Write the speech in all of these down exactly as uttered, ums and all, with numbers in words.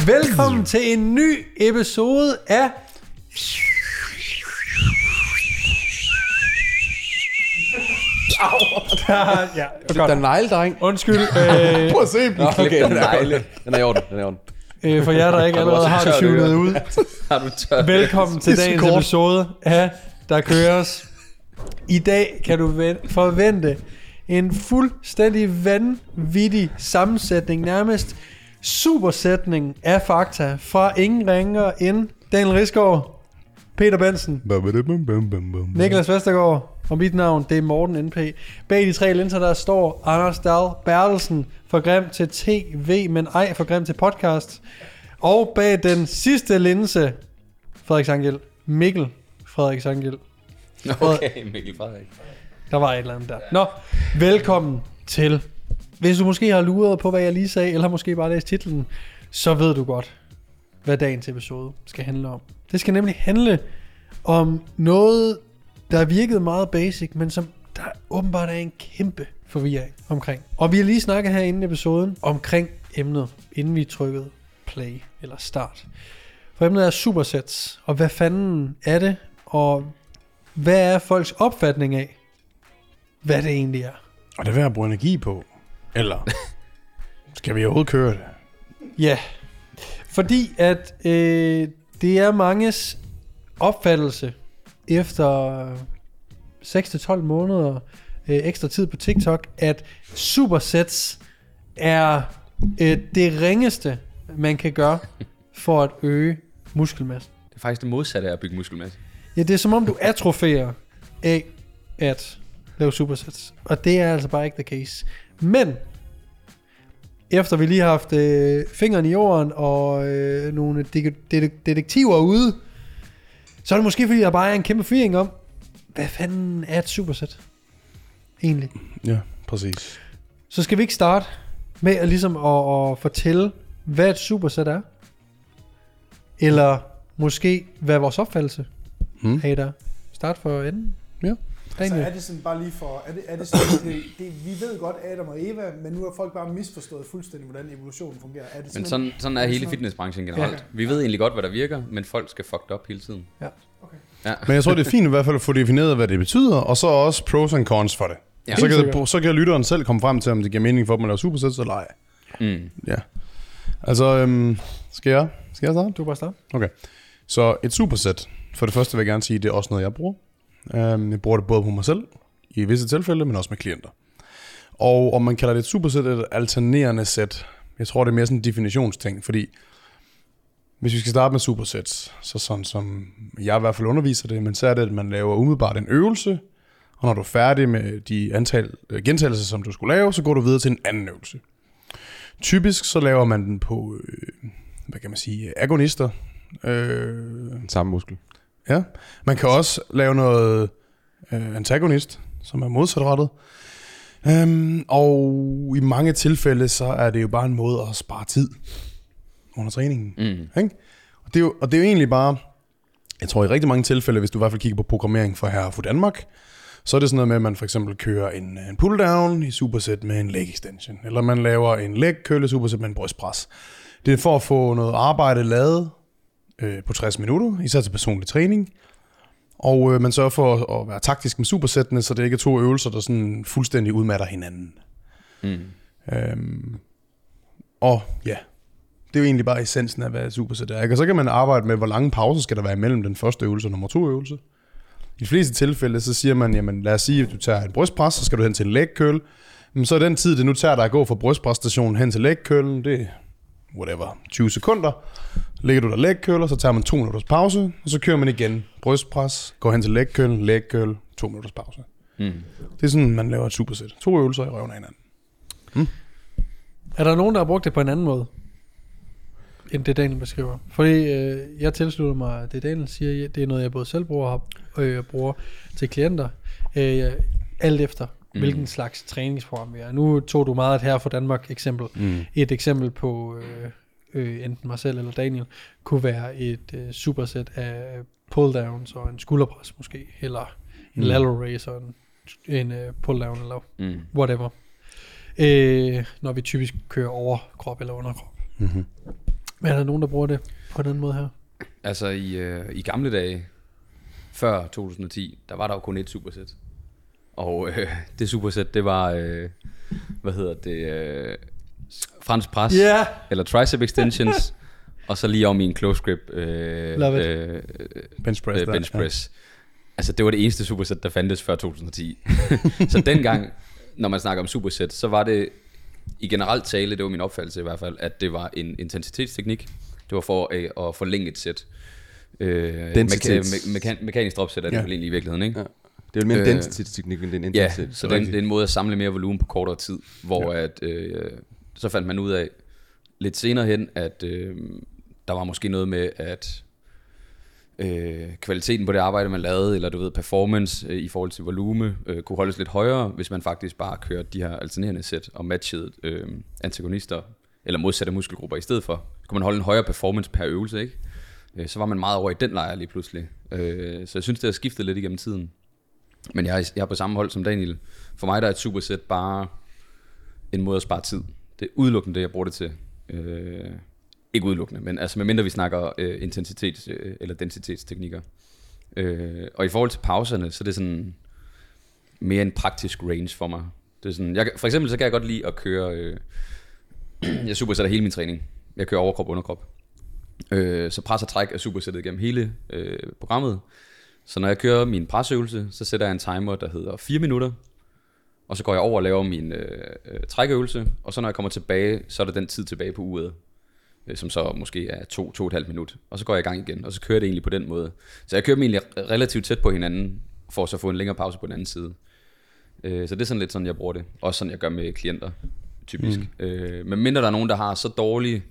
Velkommen til en ny episode af ja, det er negle, dreng. Undskyld. Øh, Prøv at se dem. Okay, den er Den er i orden. Den er i orden. øh, for jer, der ikke allerede har det tunet ud. Har du tørt? Velkommen til dagens episode af Der Køres. I dag kan du forvente en fuldstændig vanvittig sammensætning, nærmest supersætning af fakta fra ingen ringer end Daniel Risgaard, Peter Benson, Niklas Vestergaard og mit navn, det er Morten N P. Bag de tre linser, der står Anders Dahl Bertelsen, for grim til T V, men ej for grim til podcast. Og bag den sidste linse, Frederik Sangel, Mikkel Frederik Sangel. Okay, Mikkel Frederik. Der var et eller andet der. Nå, velkommen til. Hvis du måske har luret på, hvad jeg lige sagde, eller måske bare læst titlen, så ved du godt, hvad dagens episode skal handle om. Det skal nemlig handle om noget, der virkede meget basic, men som der åbenbart er en kæmpe forvirring omkring. Og vi har lige snakket her inden episoden omkring emnet, inden vi trykkede play eller start. For emnet er supersets, og hvad fanden er det, og hvad er folks opfatning af, hvad det egentlig er? Og det er værd at bruge energi på. Eller skal vi overhovedet køre det? Ja, fordi at øh, det er manges opfattelse efter seks til tolv måneder øh, ekstra tid på TikTok, at supersets er øh, det ringeste, man kan gøre for at øge muskelmassen. Det er faktisk det modsatte af at bygge muskelmasse. Ja, det er som om du atrofierer af at lave supersets. Og det er altså bare ikke the case. Men efter vi lige har haft øh, fingeren i jorden og øh, nogle de- de- detektiver ude, så er det måske fordi der bare er en kæmpe forvirring om, hvad fanden er et superset egentlig? Ja, præcis. Så skal vi ikke starte med at, ligesom at, at fortælle, hvad et superset er? Eller måske, hvad vores opfattelse hmm. af der. Start for enden. Ja. Så er det sådan bare lige for, er det, er det sådan, det, det, vi ved godt Adam og Eva, men nu har folk bare misforstået fuldstændig, hvordan evolutionen fungerer. Er det men sådan, sådan er hele fitnessbranchen generelt. Okay. Vi ved egentlig godt, hvad der virker, men folk skal fucked op hele tiden. Ja. Okay. Ja. Men jeg tror, det er fint i hvert fald at få defineret, hvad det betyder, og så også pros and cons for det. Ja. Så, kan det, så kan lytteren selv komme frem til, om det giver mening for dem at lave supersets eller ej. Mm. Ja. Altså, øhm, skal jeg? Skal jeg starte? Du bare starte. Okay. Så et superset, for det første vil jeg gerne sige, det er også noget, jeg bruger. Um, jeg bruger det både på mig selv, i visse tilfælde, men også med klienter. Og om man kalder det et supersæt eller et alternerende sæt, jeg tror det er mere sådan en definitionsting, fordi hvis vi skal starte med supersets, så sådan som jeg i hvert fald underviser det, men så er det, at man laver umiddelbart en øvelse, og når du er færdig med de antal gentagelser, som du skulle lave, så går du videre til en anden øvelse. Typisk så laver man den på, øh, hvad kan man sige, agonister. Øh, Samme muskel. Ja, man kan også lave noget øh, antagonist, som er modsatrettet. Um, og i mange tilfælde, så er det jo bare en måde at spare tid under træningen. Mm. Ikke? Og, det er jo, og det er jo egentlig bare, jeg tror i rigtig mange tilfælde, hvis du i hvert fald kigger på programmering for her for Danmark, så er det sådan noget med, at man for eksempel kører en, en pull down i superset med en leg extension, eller man laver en leg curl i superset med en brystpres. Det er for at få noget arbejde lavet øh, på tres minutter, især til personlig træning. Og øh, man sørger for at være taktisk med supersættene, så det ikke er to øvelser, der sådan fuldstændig udmatter hinanden. Mm. Øhm, og ja, det er jo egentlig bare essensen af, hvad supersæt er. Og så kan man arbejde med, hvor lange pauser skal der være imellem den første øvelse og nummer to øvelse. I de fleste tilfælde, så siger man, jamen lad os sige, at du tager en brystpres, så skal du hen til en leg curl. Men så er den tid, det nu tager dig at gå fra brystpresstationen hen til leg curlen, det er whatever, tyve sekunder. Lægger du der leg curl, så tager man to minutters pause, og så kører man igen brystpres, går hen til leg curl, leg curl, to minutters pause. Mm. Det er sådan, man laver et supersæt. To øvelser i røven af hinanden. Mm. Er der nogen, der har brugt det på en anden måde, end det Daniel beskriver? Fordi øh, jeg tilslutter mig, at det Daniel siger, det er noget, jeg både selv bruger og øh, bruger til klienter. Øh, alt efter, mm. hvilken slags træningsprogram vi er. Nu tog du meget et her for Danmark eksempel. Mm. Et eksempel på øh, øh, enten mig selv eller Daniel, kunne være et øh, supersæt af pull-downs og en skulderpres måske, eller en mm. lateral raise og en, en uh, pull-down eller mm. whatever. Øh, når vi typisk kører overkrop eller underkrop. Mm-hmm. Men er der nogen, der bruger det på den måde her? Altså i, øh, i gamle dage, før to tusind og ti, der var der jo kun et supersæt. Og øh, det supersæt, det var, øh, hvad hedder det, øh, fransk pres, Yeah. eller tricep extensions, og så lige om i en close grip øh, øh, Bench press. øh, bench press. Ja. Altså det var det eneste supersæt, der fandtes før to tusind og ti. Så dengang, når man snakker om supersæt, så var det i generelt tale, det var min opfattelse i hvert fald, at det var en intensitetsteknik. Det var for øh, at forlænge et sæt. Øh, meka- me- meka- mekanisk dropsæt er det ja. egentlig i virkeligheden, ikke? Ja. Det er jo mere en densitetsteknik, end det er en intensitet. Ja, så det er, det er en måde at samle mere volumen på kortere tid, hvor ja. at, øh, så fandt man ud af lidt senere hen, at øh, der var måske noget med, at øh, kvaliteten på det arbejde, man lavede, eller du ved, performance øh, i forhold til volume, øh, kunne holdes lidt højere, hvis man faktisk bare kørte de her alternerende sæt og matchede øh, antagonister, eller modsatte muskelgrupper i stedet for. Så kunne man holde en højere performance per øvelse, ikke? Øh, så var man meget over i den lejr lige pludselig. Øh, så jeg synes, det har skiftet lidt igennem tiden. Men jeg er, jeg er på samme hold som Daniel. For mig der er et supersæt bare en måde at spare tid. Det er udelukkende det, jeg bruger det til. Øh, ikke udelukkende, men altså medmindre vi snakker øh, intensitets- øh, eller densitetsteknikker. Øh, og i forhold til pauserne, så er det sådan mere en praktisk range for mig. Det er sådan, jeg, for eksempel så kan jeg godt lide at køre, øh, jeg supersætter hele min træning. Jeg kører overkrop og underkrop. Øh, så pres og træk er supersættet gennem hele øh, programmet. Så når jeg kører min presøvelse, så sætter jeg en timer, der hedder fire minutter. Og så går jeg over og laver min øh, øh, trækøvelse. Og så når jeg kommer tilbage, så er der den tid tilbage på uret, øh, som så måske er to, to og et halvt minut. Og så går jeg i gang igen, og så kører det egentlig på den måde. Så jeg kører dem egentlig relativt tæt på hinanden, for så at få en længere pause på den anden side. Øh, så det er sådan lidt sådan, jeg bruger det. Også sådan, jeg gør med klienter, typisk. Mm. Øh, men mindre der er nogen, der har så dårligt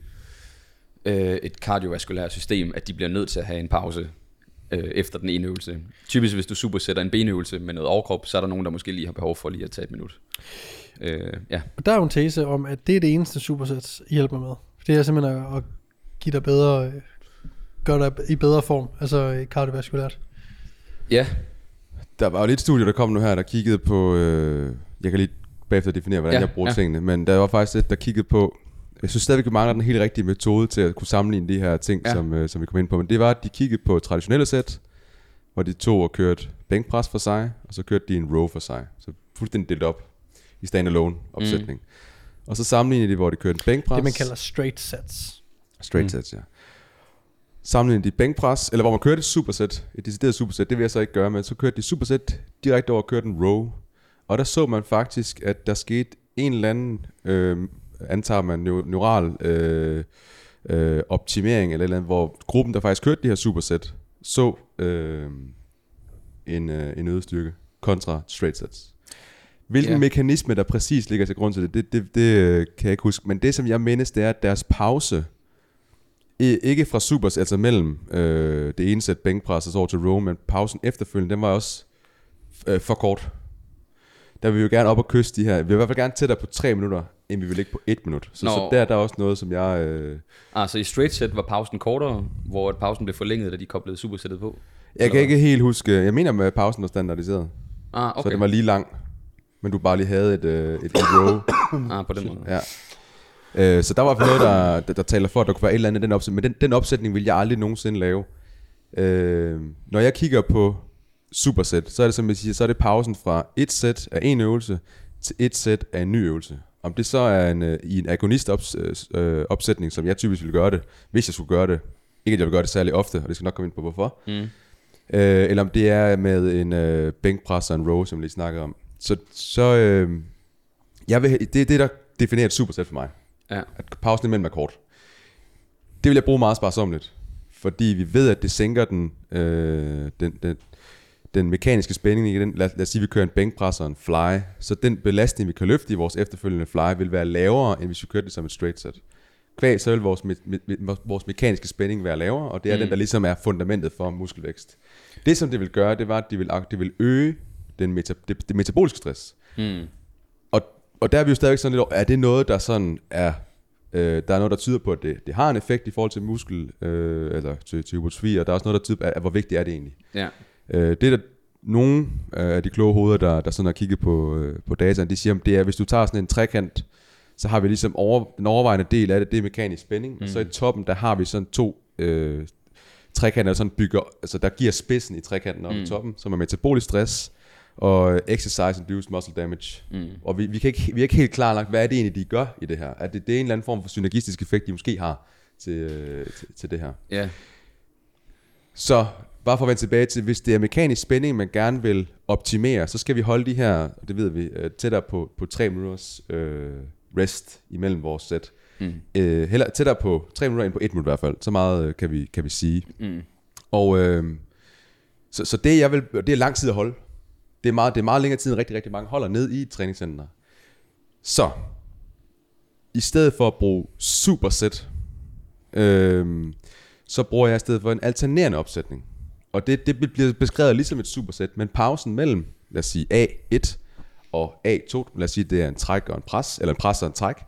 øh, et kardiovaskulært system, at de bliver nødt til at have en pause efter den ene øvelse. Typisk hvis du supersætter en benøvelse med noget overkrop, så er der nogen, der måske lige har behov for lige at tage et minut. Øh, ja. Og der er jo en tese om, at det er det eneste supersæt, I hjælper med. Det er simpelthen at, at give dig bedre, gøre dig i bedre form, altså kardiovaskulært. Ja. Der var jo lidt studie, der kom nu her, der kiggede på, øh, jeg kan lige bagefter definere, hvordan ja, jeg bruger ja. tingene, men der var faktisk et, der kiggede på, jeg synes stadigvæk, vi mangler den helt rigtige metode til at kunne sammenligne de her ting, ja. som, øh, som vi kom ind på. Men det var, at de kiggede på traditionelle sæt, hvor de tog og kørte bænkpres for sig, og så kørte de en row for sig. Så fuldstændig delt op i standalone opsætning. Mm. Og så sammenlignede de, hvor de kørte bænkpres. Det man kalder straight sets. Straight mm. sets, ja. Sammenlignede de bænkpres, eller hvor man kørte et supersæt, et decideret supersæt, det vil jeg så ikke gøre med. Så kørte de supersæt direkte over og kørte en row. Og der så man faktisk, at der skete en eller anden... Øh, antager man neural øh, øh, optimering eller, eller andet, hvor gruppen, der faktisk kørte de her supersæt, så øh, en, øh, en øget styrke kontra straight sets. Hvilken yeah. mekanisme, der præcis ligger til grund til det, det, det, det kan jeg ikke huske. Men det, som jeg mindes, det er, at deres pause, ikke fra supersæt, altså mellem øh, det ene sæt bænkpres og så over til row, men pausen efterfølgende, den var også øh, for kort. Der vil vi jo gerne op og kysse de her. Vi vil i hvert fald gerne tættere på tre minutter, end vi vil ligge på et minut. Så, så der, der er også noget, som jeg... Øh... Ah, så i straight set var pausen kortere, hvor pausen blev forlænget, da de koblede supersættet på? Jeg kan ikke helt huske... Jeg mener, at pausen var standardiseret. Ah, okay. Så det var lige lang, men du bare lige havde et, øh, et, et row. Ah, på den måde. Ja. Øh, så der var noget, der, der, der taler for, at der kunne være et eller andet i den opsætning. Men den, den opsætning vil jeg aldrig nogensinde lave. Øh, når jeg kigger på supersæt, så er det som jeg siger, så er det pausen fra et sæt af en øvelse til et sæt af en ny øvelse. Om det så er en, uh, i en agonist ops, uh, opsætning, som jeg typisk ville gøre det, hvis jeg skulle gøre det. Ikke at jeg vil gøre det særlig ofte, og det skal nok komme ind på hvorfor. Mm. Uh, eller om det er med en uh, bænkpres og en row, som jeg lige snakkede om. Så, så uh, jeg vil, det er det, der definerer et supersæt for mig. Ja. At pausen imellem er kort. Det vil jeg bruge meget sparsomligt, fordi vi ved, at det sænker den, uh, den, den den mekaniske spænding i den. Lad, lad os sige, at vi kører en bænkpres og en fly, så den belastning, vi kan løfte i vores efterfølgende fly, vil være lavere, end hvis vi kører det som et straight set. Kvæg, så vil vores, me, me, vores mekaniske spænding være lavere, og det er mm. den, der ligesom er fundamentet for muskelvækst. Det, som det vil gøre, det var, at det vil, det vil øge den meta, det, det metaboliske stress. Mm. Og, og der er vi jo stadigvæk sådan lidt, er det noget, der sådan er, øh, der er noget, der tyder på, at det, det har en effekt i forhold til muskel, øh, eller til, til hypotrofi, og der er også noget, der tyder på, at, at hvor vigtigt er det egentlig. Ja. Øh, det er der nogle af de kloge hoveder, der, der sådan har kigget på, øh, på dataen, de siger, at det er, hvis du tager sådan en trekant så har vi ligesom over, den overvejende del af det, det er mekanisk spænding, mm. og så i toppen, der har vi sådan to øh, trekanter, der sådan bygger, altså der giver spidsen i trekanten op mm. i toppen, som er metabolisk stress, og exercise-induced muscle damage. Mm. Og vi, vi, kan ikke, vi er ikke helt klar nok, hvad er det egentlig, de gør i det her? Er det, det er en eller anden form for synergistisk effekt, de måske har til, øh, til, til det her. Ja. Yeah. Så, bare for at vende tilbage til, hvis det er mekanisk spænding, man gerne vil optimere, så skal vi holde de her, det ved vi, tættere på, på tre minutters øh, rest imellem vores sæt. Mm. Øh, heller tættere på tre minutter end på et minut i hvert fald. Så meget kan vi, kan vi sige. Mm. Og øh, så, så det, jeg vil, det er lang tid at holde. Det er meget, det er meget længere tid, end rigtig, rigtig mange holder ned i et træningscenter. Så, i stedet for at bruge supersæt, øh, så bruger jeg i stedet for en alternerende opsætning. Og det, det bliver beskrevet ligesom et supersæt, men pausen mellem, lad os sige A et og A to, lad os sige, det er en træk og en pres, eller en pres og en træk,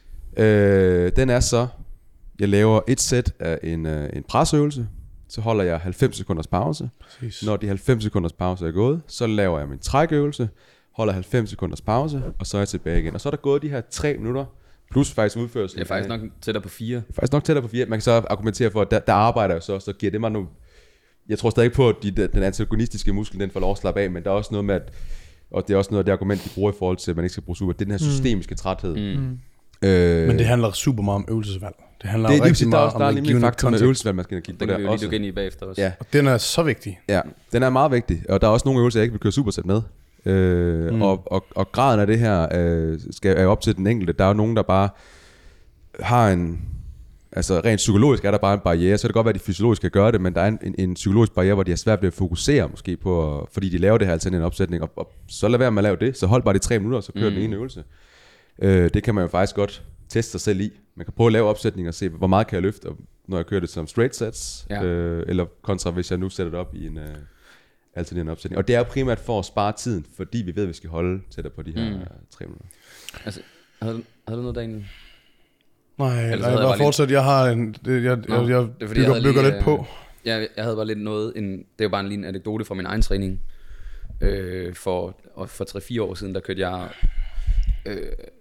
øh, den er så, jeg laver et sæt af en, øh, en presøvelse, så holder jeg halvfems sekunders pause. Præcis. Når de halvfems sekunders pause er gået, så laver jeg min trækøvelse, holder halvfems sekunders pause, og så er jeg tilbage igen. Og så er der gået de her tre minutter, plus faktisk udførelse. Det er faktisk nok tættere på fire. Faktisk nok tættere på fire. Man kan så argumentere for, at der, der arbejder jeg så, så giver det mig nogle... Jeg tror stadig på, at de, den antagonistiske muskel, den får lov at slappe af, men der er også noget med, at, og det er også noget af det argument, de bruger i forhold til, at man ikke skal bruge super, det er den her systemiske træthed. Mm. Øh, men det handler super meget om øvelsesvalg. Det handler det er rigtig meget om, der er lige en faktor med øvelsesvalg, man skal kigge på der. Den kan vi jo lige i bagefter også. Ja. Og den er så vigtig. Ja, den er meget vigtig, og der er også nogle øvelser, jeg ikke vil køre supersæt med. Øh, mm. og, og, og graden af det her øh, skal, er jo op til den enkelte. Der er jo nogen, der bare har en... Altså rent psykologisk er der bare en barriere, så kan det godt være, at de fysiologisk kan gøre det, men der er en, en, en psykologisk barriere, hvor de har svært ved at fokusere måske på, fordi de laver det her altid en opsætning, og, og så lad være med at lave det, så hold bare de tre minutter, og så kører mm. den ene øvelse. Øh, det kan man jo faktisk godt teste sig selv i. Man kan prøve at lave opsætning og se, hvor meget kan jeg løfte, når jeg kører det som straight sets, ja. øh, eller kontra hvis jeg nu sætter det op i en øh, alternerende opsætning. Og det er primært for at spare tiden, fordi vi ved, at vi skal holde tættere på de her mm. tre minutter. Altså, havde, havde du noget, Daniel? Nej, jeg bare, bare fortsat. Jeg har en, det, jeg, Nå, jeg, jeg, det bygger, jeg bygger lige, lidt på. Jeg, jeg havde bare lidt noget, en, det er jo bare en lille anekdote fra min egen træning. Øh, for for tre fire år siden, der kørte jeg øh,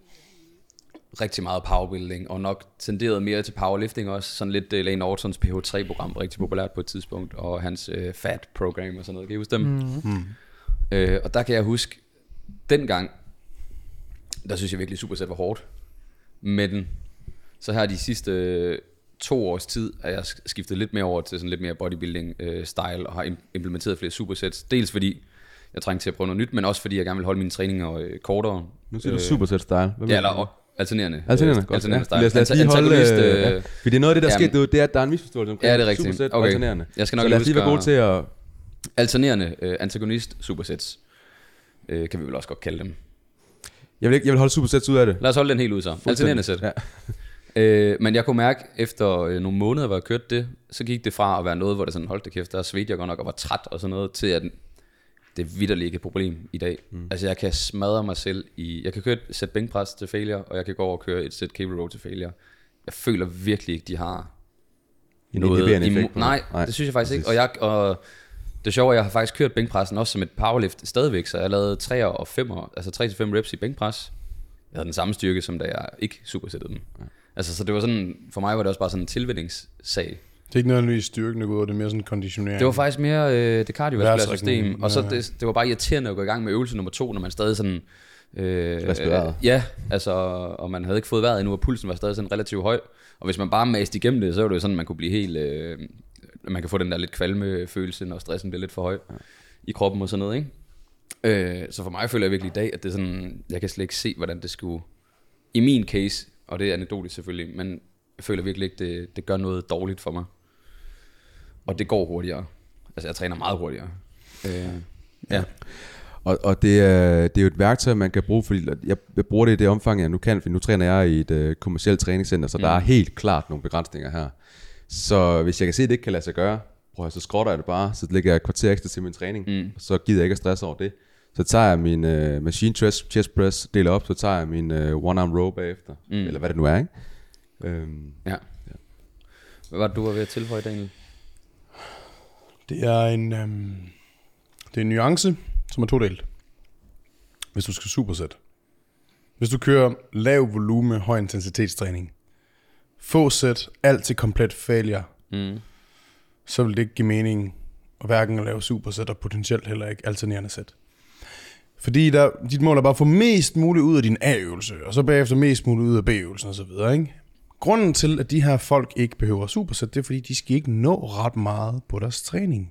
rigtig meget powerbuilding, og nok tenderede mere til powerlifting også. Sådan lidt uh, Lane Ortons P H tre program, rigtig populært på et tidspunkt, og hans uh, fat program og sådan noget. Kan I huske dem? Mm. Øh, og der kan jeg huske, dengang, der synes jeg virkelig supersæt var hårdt. Men så her de sidste øh, to års tid, er jeg skiftet lidt mere over til sådan lidt mere bodybuilding øh, style, og har implementeret flere supersets. Dels fordi jeg trængte til at prøve noget nyt, men også fordi jeg gerne vil holde mine træninger øh, kortere. Nu siger du superset style. Ja, eller alternerende. Alternerende, godt. Alternerende style. Lad os lige holde, øh, ja. Fordi det er noget af det, der sker, det, det er, at der er en misforståelse omkring ja, det er rigtigt. Superset okay. og alternerende. Jeg skal nok så lad os lige være gode til at... Alternerende øh, antagonist supersets, øh, kan vi vel også godt kalde dem. Jeg vil, ikke, jeg vil holde supersets ud af det. Lad os holde den helt ud så. Alternerende sæt. Ja. øh, men jeg kunne mærke, efter øh, nogle måneder, hvor jeg kørte det, så gik det fra at være noget, hvor det sådan, holdt det kæft, der svedte jeg godt nok og var træt og sådan noget, til at det vitterligt ikke et problem i dag. Mm. Altså jeg kan smadre mig selv i... Jeg kan køre et sæt bænkpres til failure, og jeg kan gå over og køre et sæt cable row til failure. Jeg føler virkelig ikke, de har en noget... Effekt på nej, nej, det synes jeg faktisk ikke. Og, jeg, og det sjove er, jeg har faktisk kørt bænkpressen også som et powerlift stadigvæk, så jeg lavede tre og femmer, altså tre til fem reps i bænkpres. Jeg havde den samme styrke, som da jeg ikke supersættede dem. Ja. Altså så det var sådan... For mig var det også bare sådan en tilvændingssag. Det er ikke nødvendigvis styrken, det er mere sådan konditionering. Det var faktisk mere øh, det kardiovaskulære system, og så det, det var bare irriterende at gå i gang med øvelse nummer to, når man stadig sådan... Øh, Respireret. Øh, ja, altså, og man havde ikke fået vejret endnu, og pulsen var stadig sådan relativt høj. Og hvis man bare maste igennem det, så var det jo sådan, at man kunne blive helt... Øh, man kan få den der lidt kvalme følelse, når stressen bliver lidt for høj ja. i kroppen og sådan noget, ikke? Øh, så for mig føler jeg virkelig i dag, at det er sådan... Jeg kan slet ikke se, hvordan det skulle... I min case, og det er anekdotisk selvfølgelig, men jeg føler virkelig ikke, det, det gør noget dårligt for mig. Og det går hurtigere. Altså jeg træner meget hurtigere. Øh, ja. Og, og det, er, det er jo et værktøj, man kan bruge, fordi jeg, jeg bruger det i det omfang, jeg nu kan, for nu træner jeg i et uh, kommercielt træningscenter, så mm. der er helt klart nogle begrænsninger her. Så hvis jeg kan se, at det ikke kan lade sig gøre, prøv, så skrotter jeg det bare, så lægger jeg et kvarter ekstra til min træning, mm. og så gider jeg ikke at stresse over det. Så tager jeg min uh, machine chest, chest press, deler op, så tager jeg min uh, one arm row bagefter, mm. eller hvad det nu er, ikke? Øhm, ja. ja. Hvad var det, du var ved at tilføje, Daniel? Det er en, øhm, det er en nuance, som er todelt. Hvis du skal supersætte. Hvis du kører lav volume, høj intensitetstræning, få sæt, alt til komplet failure, Mm. så vil det ikke give mening at hverken at lave supersæt og potentielt heller ikke alternerende sæt. Fordi der, dit mål er bare at få mest muligt ud af din A-øvelse, og så bagefter mest muligt ud af B-øvelsen osv. Ikke? Grunden til, at de her folk ikke behøver supersæt, det er fordi, de skal ikke nå ret meget på deres træning.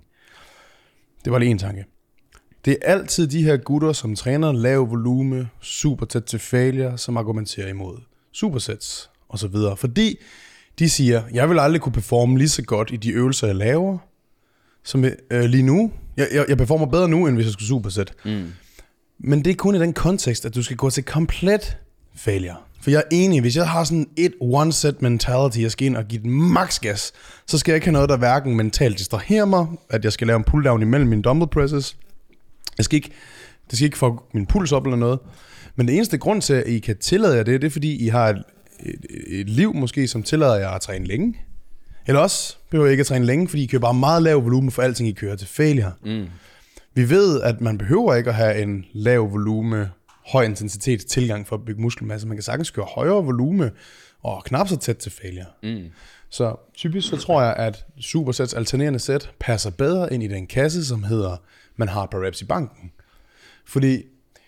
Det var lige en tanke. Det er altid de her gutter, som træner lav volume, supersæt til failure, som argumenterer imod supersæts og så videre. Fordi de siger, jeg vil aldrig kunne performe lige så godt i de øvelser, jeg laver, som øh, lige nu. Jeg, jeg, jeg performer bedre nu, end hvis jeg skulle supersæt. Mm. Men det er kun i den kontekst, at du skal gå til komplet failure. For jeg er enig, hvis jeg har sådan et one-set mentality, jeg skal ind og give den max gas, så skal jeg ikke have noget, der hverken mentalt distraherer mig, at jeg skal lave en pull-down imellem mine dumbbell presses. Jeg skal ikke, det skal ikke få min puls op eller noget. Men det eneste grund til, at I kan tillade jer det, det er fordi, I har et, et, et liv måske, som tillader jer at træne længe. Eller også behøver I ikke at træne længe, fordi I kører bare meget lav volumen for alting, I kører til failure. Mm. Vi ved, at man behøver ikke at have en lav volume, høj intensitet tilgang for at bygge muskelmasse. Man kan sagtens køre højere volume og knap så tæt til failure. Mm. Så typisk så tror jeg, at supersets alternerende sæt passer bedre ind i den kasse, som hedder, man har et par reps i banken. Fordi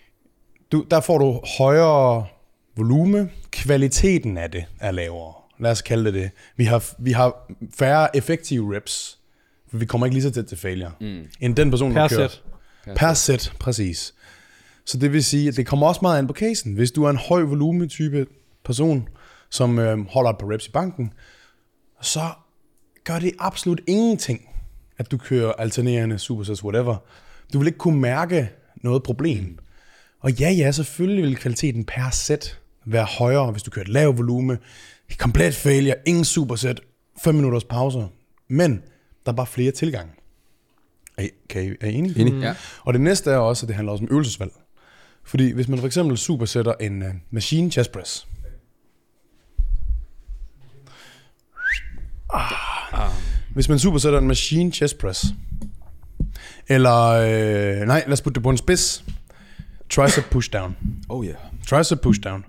du, der får du højere volume, kvaliteten af det er lavere. Lad os kalde det det. Vi har, vi har færre effektive reps, for vi kommer ikke lige så tæt til failure, mm. end den person, Per der kører. sæt. Per sæt, præcis. Så det vil sige, at det kommer også meget an på casen. Hvis du er en høj volume-type person, som øh, holder et par reps i banken, så gør det absolut ingenting, at du kører alternerende supersets, whatever. Du vil ikke kunne mærke noget problem. Og ja, ja, selvfølgelig vil kvaliteten per sæt være højere, hvis du kører et lav volume, komplet failure, ingen supersæt, fem minutters pauser. Men der er bare flere tilgange. Er I, kan I, er I enige? Enig. Ja. Og det næste er også, at det handler også om øvelsesvalg. Fordi hvis man for eksempel supersætter en uh, machine chest press. Ah. Hvis man supersætter en machine chest press. Eller, øh, nej, lad os putte det på en spids. Tricep pushdown. Oh yeah. Tricep pushdown.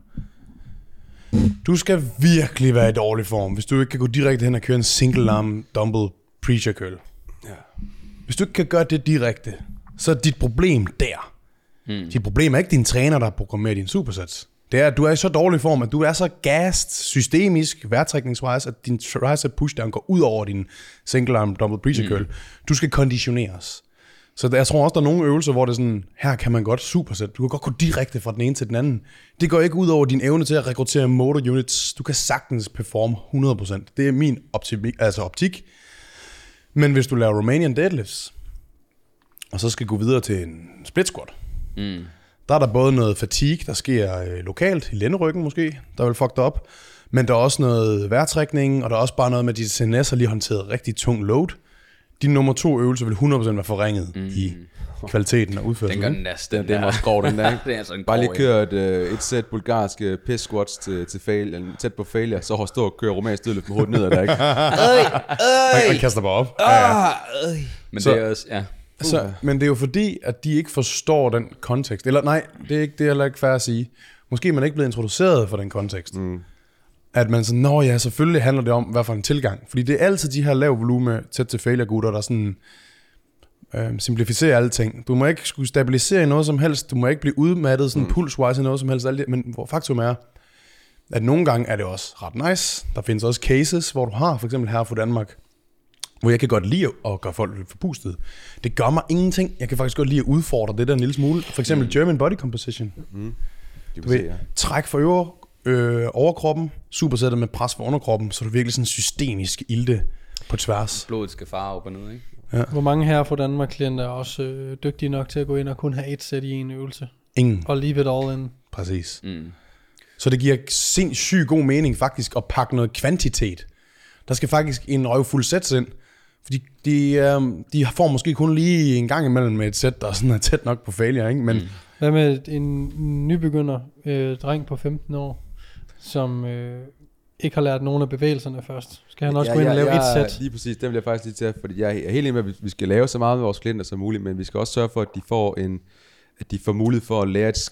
Du skal virkelig være i dårlig form, hvis du ikke kan gå direkte hen og køre en single arm dumbbell preacher curl. Ja. Hvis du ikke kan gøre det direkte, så er dit problem der. Mm. Dit problem er ikke din træner, der programmerer din supersets. Det er, at du er i så dårlig form, at du er så gassed systemisk, vejrtrækningswise, at din tricep pushdown går ud over din single arm dumbbell preacher curl. Mm. Du skal konditioneres. Så der, jeg tror også, der er nogle øvelser, hvor det er sådan, her kan man godt supersæt. Du kan godt gå direkte fra den ene til den anden. Det går ikke ud over din evne til at rekruttere motor units. Du kan sagtens performe hundrede procent. Det er min optik, altså optik. Men hvis du laver Romanian deadlifts, og så skal gå videre til en split squat, Mm. der er der både noget fatigue, der sker øh, lokalt, i lænderyggen måske, der vil fuck dig op. Men der er også noget vejrtrækning, og der er også bare noget med, at dit C N S har lige håndteret rigtig tung load. Din nummer to øvelse vil hundrede procent være forringet mm. i kvaliteten og udførelsen. Den gør næsten. Den, den var skov, den der. Det er altså en Bare lige grov, køre et, øh, et sæt bulgarske piss squats til, til fail, eller tæt på failure, så har stå og køre romansk dødløft med hovedet nedad der, ikke? Og, og kaster bare op. Ja, ja. Men Så- det er også, ja. Så, men det er jo fordi, at de ikke forstår den kontekst. Eller nej, det er ikke det er heller ikke fair at sige. Måske er man ikke blevet introduceret for den kontekst. Mm. At man sådan, nå ja, selvfølgelig handler det om, hvad for en tilgang. Fordi det er altid de her lav volume, tæt til failure gutter, der sådan øh, simplificerer alting. Du må ikke skulle stabilisere i noget som helst. Du må ikke blive udmattet sådan mm. pulswise i noget som helst. Alt det. Men hvor faktum er, at nogle gange er det også ret nice. Der findes også cases, hvor du har, for eksempel her fra Danmark, hvor jeg kan godt lide at gøre folk lidt forpustet. Det gør mig ingenting. Jeg kan faktisk godt lide at udfordre det der en lille smule. For eksempel mm. German body composition. Mm. Du ved, træk for øver, øh, overkroppen, supersættet med pres for underkroppen, så du virkelig sådan systemisk ilte på tværs. Blodet skal fare op og ned, ikke? Hvor mange her fra Danmark klienter er også øh, dygtige nok til at gå ind og kun have et sæt i en øvelse? Ingen. Og leave it all in. Præcis. Mm. Så det giver sindssygt god mening faktisk at pakke noget kvantitet. Der skal faktisk en røvfuld sæt ind. Fordi de, øh, de får måske kun lige en gang imellem med et sæt, der sådan er tæt nok på failure, ikke? Men mm. Hvad med en nybegynder øh, dreng på femten år, som øh, ikke har lært nogen af bevægelserne først? Skal han også ja, gå ind og ja, lave ja, et sæt? Lige præcis, den vil jeg faktisk lige til, fordi jeg er helt enig med, at vi skal lave så meget med vores klienter som muligt, men vi skal også sørge for, at de får en, at de får mulighed for at lære et skill,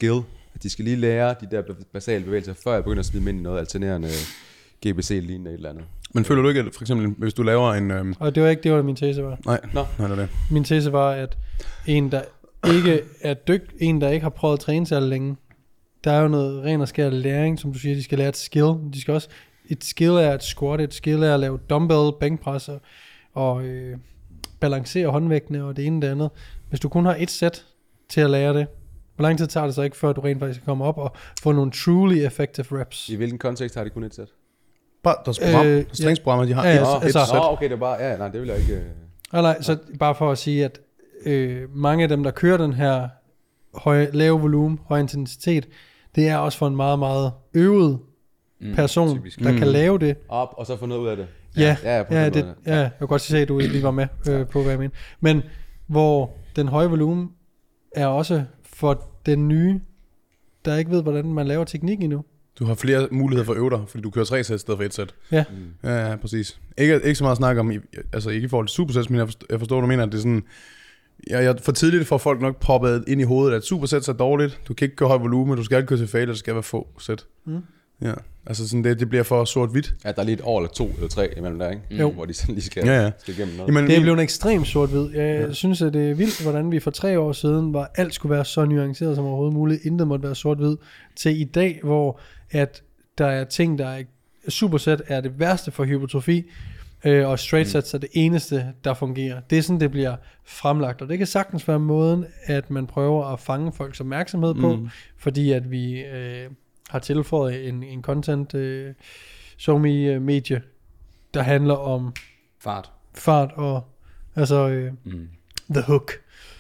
at de skal lige lære de der basale bevægelser, før jeg begynder at smide dem ind i noget alternerende G B C-lignende et eller andet. Men føler du ikke, at for eksempel, hvis du laver en... Øhm... Og det var ikke det, var min tese var. Nej, Nå. nej, det er det. Min tese var, at en, der ikke er dygt, en, der ikke har prøvet at træne sig længe, der er jo noget ren og skær læring, som du siger, de skal lære et skill. De skal også, et skill er et squat, et skill er at lave dumbbell, bænkpres og, og øh, balancere håndvægtene og det ene og det andet. Hvis du kun har et sæt til at lære det, hvor lang tid tager det så ikke, før du rent faktisk kan komme op og få nogle truly effective reps? I hvilken kontekst har de kun et sæt? Bare deres program, Øh, deres træningsprogrammer, de har ja, et, altså- et altså- sæt. Nå, okay, det er bare... Ja, nej, det vil jeg ikke... Øh... Nej, nej, så bare for at sige, at øh, mange af dem, der kører den her høje, lave volumen, høj intensitet, det er også for en meget, meget øvet Mm, person, typisk. der Mm. kan lave det. Op, og så få noget ud af det. Ja, ja, ja, på ja, den det, måde. ja, jeg kan godt se, at du lige var med øh, på, hvad jeg mener. Men hvor den høje volumen er også for den nye, der ikke ved, hvordan man laver teknik endnu. Du har flere muligheder for at øve dig, fordi du kører tre sæt i stedet for et sæt. Ja. Mm. Ja, ja, præcis. Ikke, ikke så meget at snakke om, i- altså ikke i forhold til supersæt, men jeg forstår, jeg forstår, du mener, at det er sådan... Jeg, jeg for tidligt får folk nok poppet ind i hovedet, at supersæt er dårligt. Du kan ikke køre høj volumen, du skal ikke køre til failure, det skal være få sæt. Mm. Ja, altså sådan det, det bliver for sort-hvidt. Ja, der er lige et år eller to eller tre imellem der, ikke? Jo. Hvor de sådan lige skal, Ja, ja. skal igennem noget. Jamen, Det er vi- blevet ekstremt sort-hvid. Jeg ja. synes, at det er vildt, hvordan vi for tre år siden, var alt skulle være så nuanceret som overhovedet muligt, intet måtte være sort-hvid, til i dag, hvor at der er ting, der er supersæt er det værste for hypertrofi, øh, og straight sets er det eneste, der fungerer. Det er sådan, det bliver fremlagt, og det kan sagtens være måden, at man prøver at fange folks opmærksomhed på, Mm. fordi at vi øh, har tilføjet en, en content øh, SoMe medie, der handler om Fart. fart og altså øh, Mm. the hook.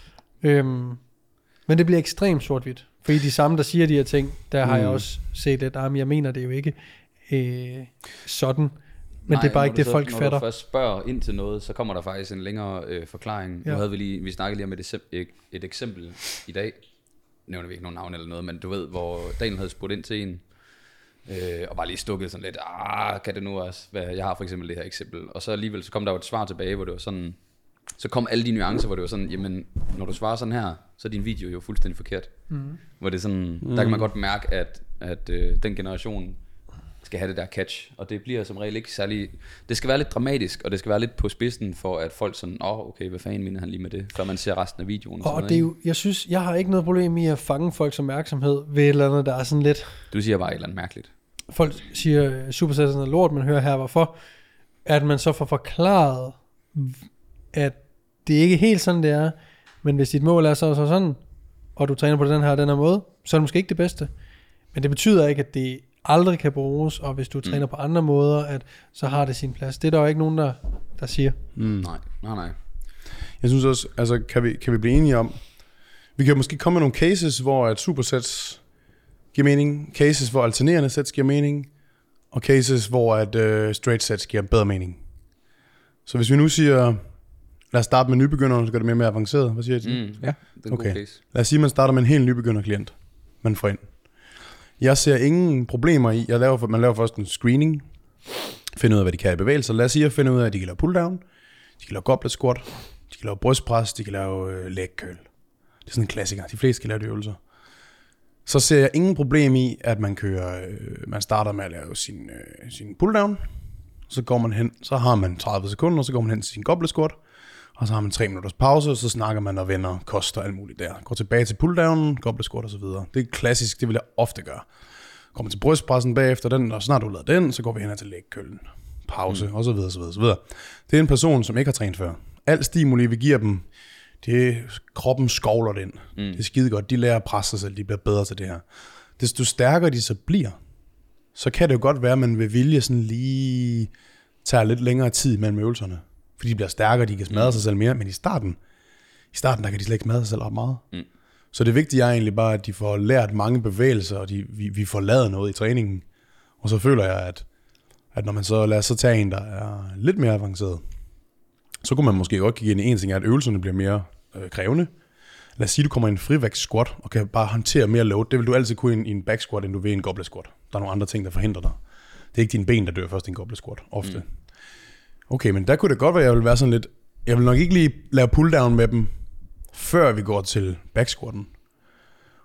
Øhm, men det bliver ekstremt sort-hvidt. Fordi de samme, der siger de her ting, der har Mm. jeg også set lidt, ah, men jeg mener det jo ikke øh, sådan. Men Nej, det er bare når ikke du det, så, folk når fatter. du først spørger ind til noget, så kommer der faktisk en længere øh, forklaring. Ja. Nu havde vi lige, vi snakkede lige om et, eksem- et, et eksempel i dag. Nævner vi ikke nogen navn eller noget, men du ved, hvor Daniel havde spurgt ind til en, øh, og bare lige stukket sådan lidt, ah, kan det nu også være, jeg har for eksempel det her eksempel. Og så alligevel, så kom der jo et svar tilbage, hvor det var sådan, så kom alle de nuancer, hvor det var sådan, jamen, når du svarer sådan her, så er din video jo fuldstændig forkert. Mm. Hvor det er sådan, der kan man godt mærke, at, at øh, den generation skal have det der catch, og det bliver som regel ikke særlig, det skal være lidt dramatisk, og det skal være lidt på spidsen, for at folk sådan, åh, oh, okay, hvad fanden mener han lige med det, før man ser resten af videoen. Og det er jo, jeg synes, jeg har ikke noget problem i at fange folks opmærksomhed ved et eller andet, der er sådan lidt, Du siger bare et eller andet mærkeligt. folk siger, supersætten er lort, man hører her, hvorfor, at man så får forklaret, at det ikke er helt sådan, det er, men hvis dit mål er så og så sådan, og du træner på den her den her måde, så er det måske ikke det bedste. Men det betyder ikke, at det aldrig kan bruges, og hvis du træner på andre måder, at så har det sin plads. Det er der jo ikke nogen, der, der siger. Mm. Nej, nej, nej. Jeg synes også, altså kan vi, kan vi blive enige om, vi kan måske komme med nogle cases, hvor at supersets giver mening, cases, hvor alternerende sets giver mening, og cases, hvor at uh, straight sets giver bedre mening. Så hvis vi nu siger, lad os starte med nybegyndere, så gør det mere mere avanceret. Hvad siger I til det? Mm, Ja. det er en Okay. god case. Lad os sige, at man starter med en helt nybegynder klient, man får ind. Jeg ser ingen problemer i, jeg laver, man laver først en screening, finder ud af, hvad de kan i bevægelser. Lad os sige, at finde ud af, at de kan lave pull-down, de kan lave goblet squat, de kan lave brystpres, de kan lave øh, leg curl. Det er sådan en klassiker. De fleste kan lave de øvelser. Så ser jeg ingen problem i, at man kører, øh, man starter med at lave sin, øh, sin pull-down, så går man hen, så har man tredive sekunder, så går man hen til sin goblet squat, og så har man tre minutters pause, og så snakker man og vender kost og alt muligt der. Går tilbage til pull-down, goblet squat og så videre. Det er klassisk, det vil jeg ofte gøre. Kommer til brystpressen bagefter den, og snart du lader den, så går vi hen til lægkøllen. Pause, mm. og så videre, så videre, så videre. Det er en person, som ikke har trænet før. Al stimuli, vi giver dem, det er, kroppen skovler den. Mm. Det er skide godt. De lærer at presse sig selv, de bliver bedre til det her. Desto stærkere de så bliver, så kan det jo godt være, at man ved vilje sådan lige tager lidt længere tid mellem øvelserne. Fordi de bliver stærkere, de kan smadre mm. sig selv mere. Men i starten, i starten der kan de slet ikke smadre sig selv ret meget. Mm. Så det vigtige er egentlig bare, at de får lært mange bevægelser, og de, vi, vi får lavet noget i træningen. Og så føler jeg, at, at når man så lader sig tage en, der er lidt mere avanceret, så kunne man måske godt kigge ind i en ting, at øvelserne bliver mere øh, krævende. Lad os sige, at du kommer i en frivægt squat, og kan bare håndtere mere load. Det vil du altid kunne i en back squat, end du vil i en goblet squat. Der er nogle andre ting, der forhindrer dig. Det er ikke dine ben, der dør først i en goblet squat, ofte. Mm. Okay, men der kunne det godt være, at jeg vil være sådan lidt, jeg vil nok ikke lige lave pull-down med dem, før vi går til back squatten.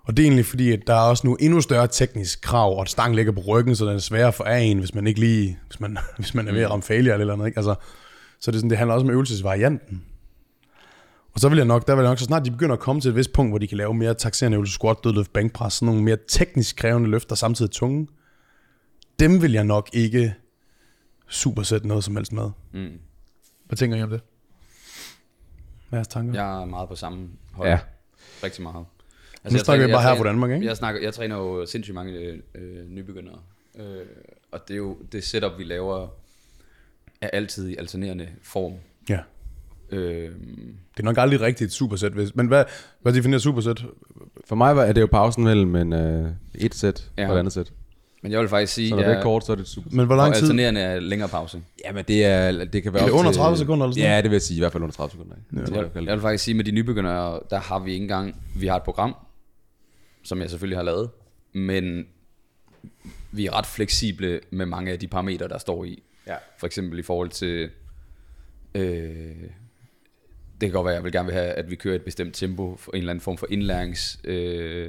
Og det er egentlig fordi, at der er også nu endnu større teknisk krav, og at stangen ligger på ryggen, så den er sværere for af en, hvis man ikke lige, hvis man, hvis man er ved at ramme failure eller noget, ikke? Altså, så det, er sådan, det handler også om øvelsesvarianten. Og så vil jeg nok, der vil jeg nok, så snart de begynder at komme til et vist punkt, hvor de kan lave mere taxerende øvelser, squat, dødløft, bænkpres, sådan nogle mere teknisk krævende løfter, samtidig tunge, dem vil jeg nok ikke supersætte noget som helst med. Mm. Hvad tænker I om det? Hvad er jeres tanker? Jeg er meget på samme hold. Ja. Rigtig meget. Altså, nu snakker vi bare her på Danmark, ikke? Jeg, snakker, jeg træner jo sindssygt mange øh, nybegyndere. Øh, og det er jo det setup, vi laver, er altid i alternerende form. Ja. Øh, Det er nok aldrig rigtigt et supersæt. Hvis, men hvad, hvad definerer supersæt? For mig var, er det jo pausen mellem en, øh, et sæt Ja. og et andet sæt. men jeg vil faktisk sige, Så når det er at kort, så er det et super. Men hvor og lang tid? alternerende er længere pause. Jamen det er, det kan være Er det op under til- tredive sekunder eller sådan Ja, det vil jeg sige, i hvert fald under tredive sekunder. Ikke? Ja. Det tror Jeg, jeg, jeg vil faktisk sige, at med de nybegyndere, der har vi ikke engang, vi har et program, som jeg selvfølgelig har lavet, men vi er ret fleksible med mange af de parametre, der står i. Ja. For eksempel i forhold til, øh, det kan godt være, at jeg vil gerne vil have, at vi kører et bestemt tempo, for en eller anden form for indlærings øh,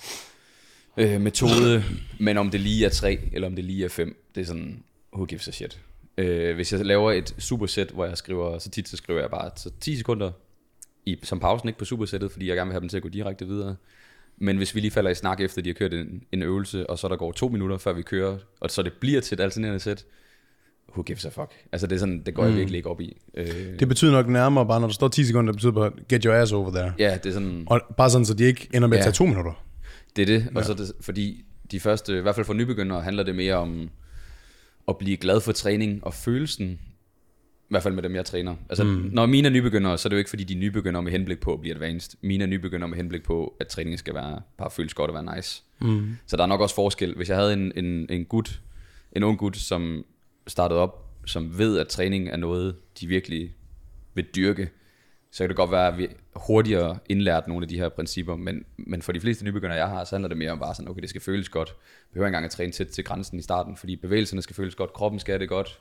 øh, metode, men om det lige er tre, eller om det lige er fem, det er sådan, who gives a shit. Øh, hvis jeg laver et supersæt, hvor jeg skriver, så tit så skriver jeg bare så ti sekunder, i, som pausen, ikke på supersættet, fordi jeg gerne vil have dem til at gå direkte videre. Men hvis vi lige falder i snak efter, de har kørt en, en øvelse, og så der går to minutter, før vi kører, og så det bliver til et alternerende sæt, who gives a fuck? Altså det er sådan, det går jeg Mm. virkelig ikke op i. Øh, Det betyder nok nærmere bare, når der står ti sekunder, det betyder bare, get your ass over there. ja, det er sådan, Og bare sådan, så de ikke ender med at Ja. tage to minutter. det er det. Ja. Og så er det, fordi de første, i hvert fald for nybegyndere, handler det mere om at blive glad for træning og følelsen, i hvert fald med dem, jeg træner. Altså, mm. når mine er nybegyndere, så er det jo ikke, fordi de er nybegyndere med henblik på at blive advanced. Mine er nybegyndere med henblik på, at træningen skal være, bare føles godt og være nice. Mm. Så der er nok også forskel. Hvis jeg havde en, en, en gut, en ung gut, som startede op, som ved, at træning er noget, de virkelig vil dyrke, så kan det godt være, at vi hurtigere indlært nogle af de her principper, men, men for de fleste nybegyndere, jeg har, så handler det mere om bare sådan, okay, det skal føles godt. Jeg behøver ikke engang at træne tæt til grænsen i starten, fordi bevægelserne skal føles godt, kroppen skal have det godt,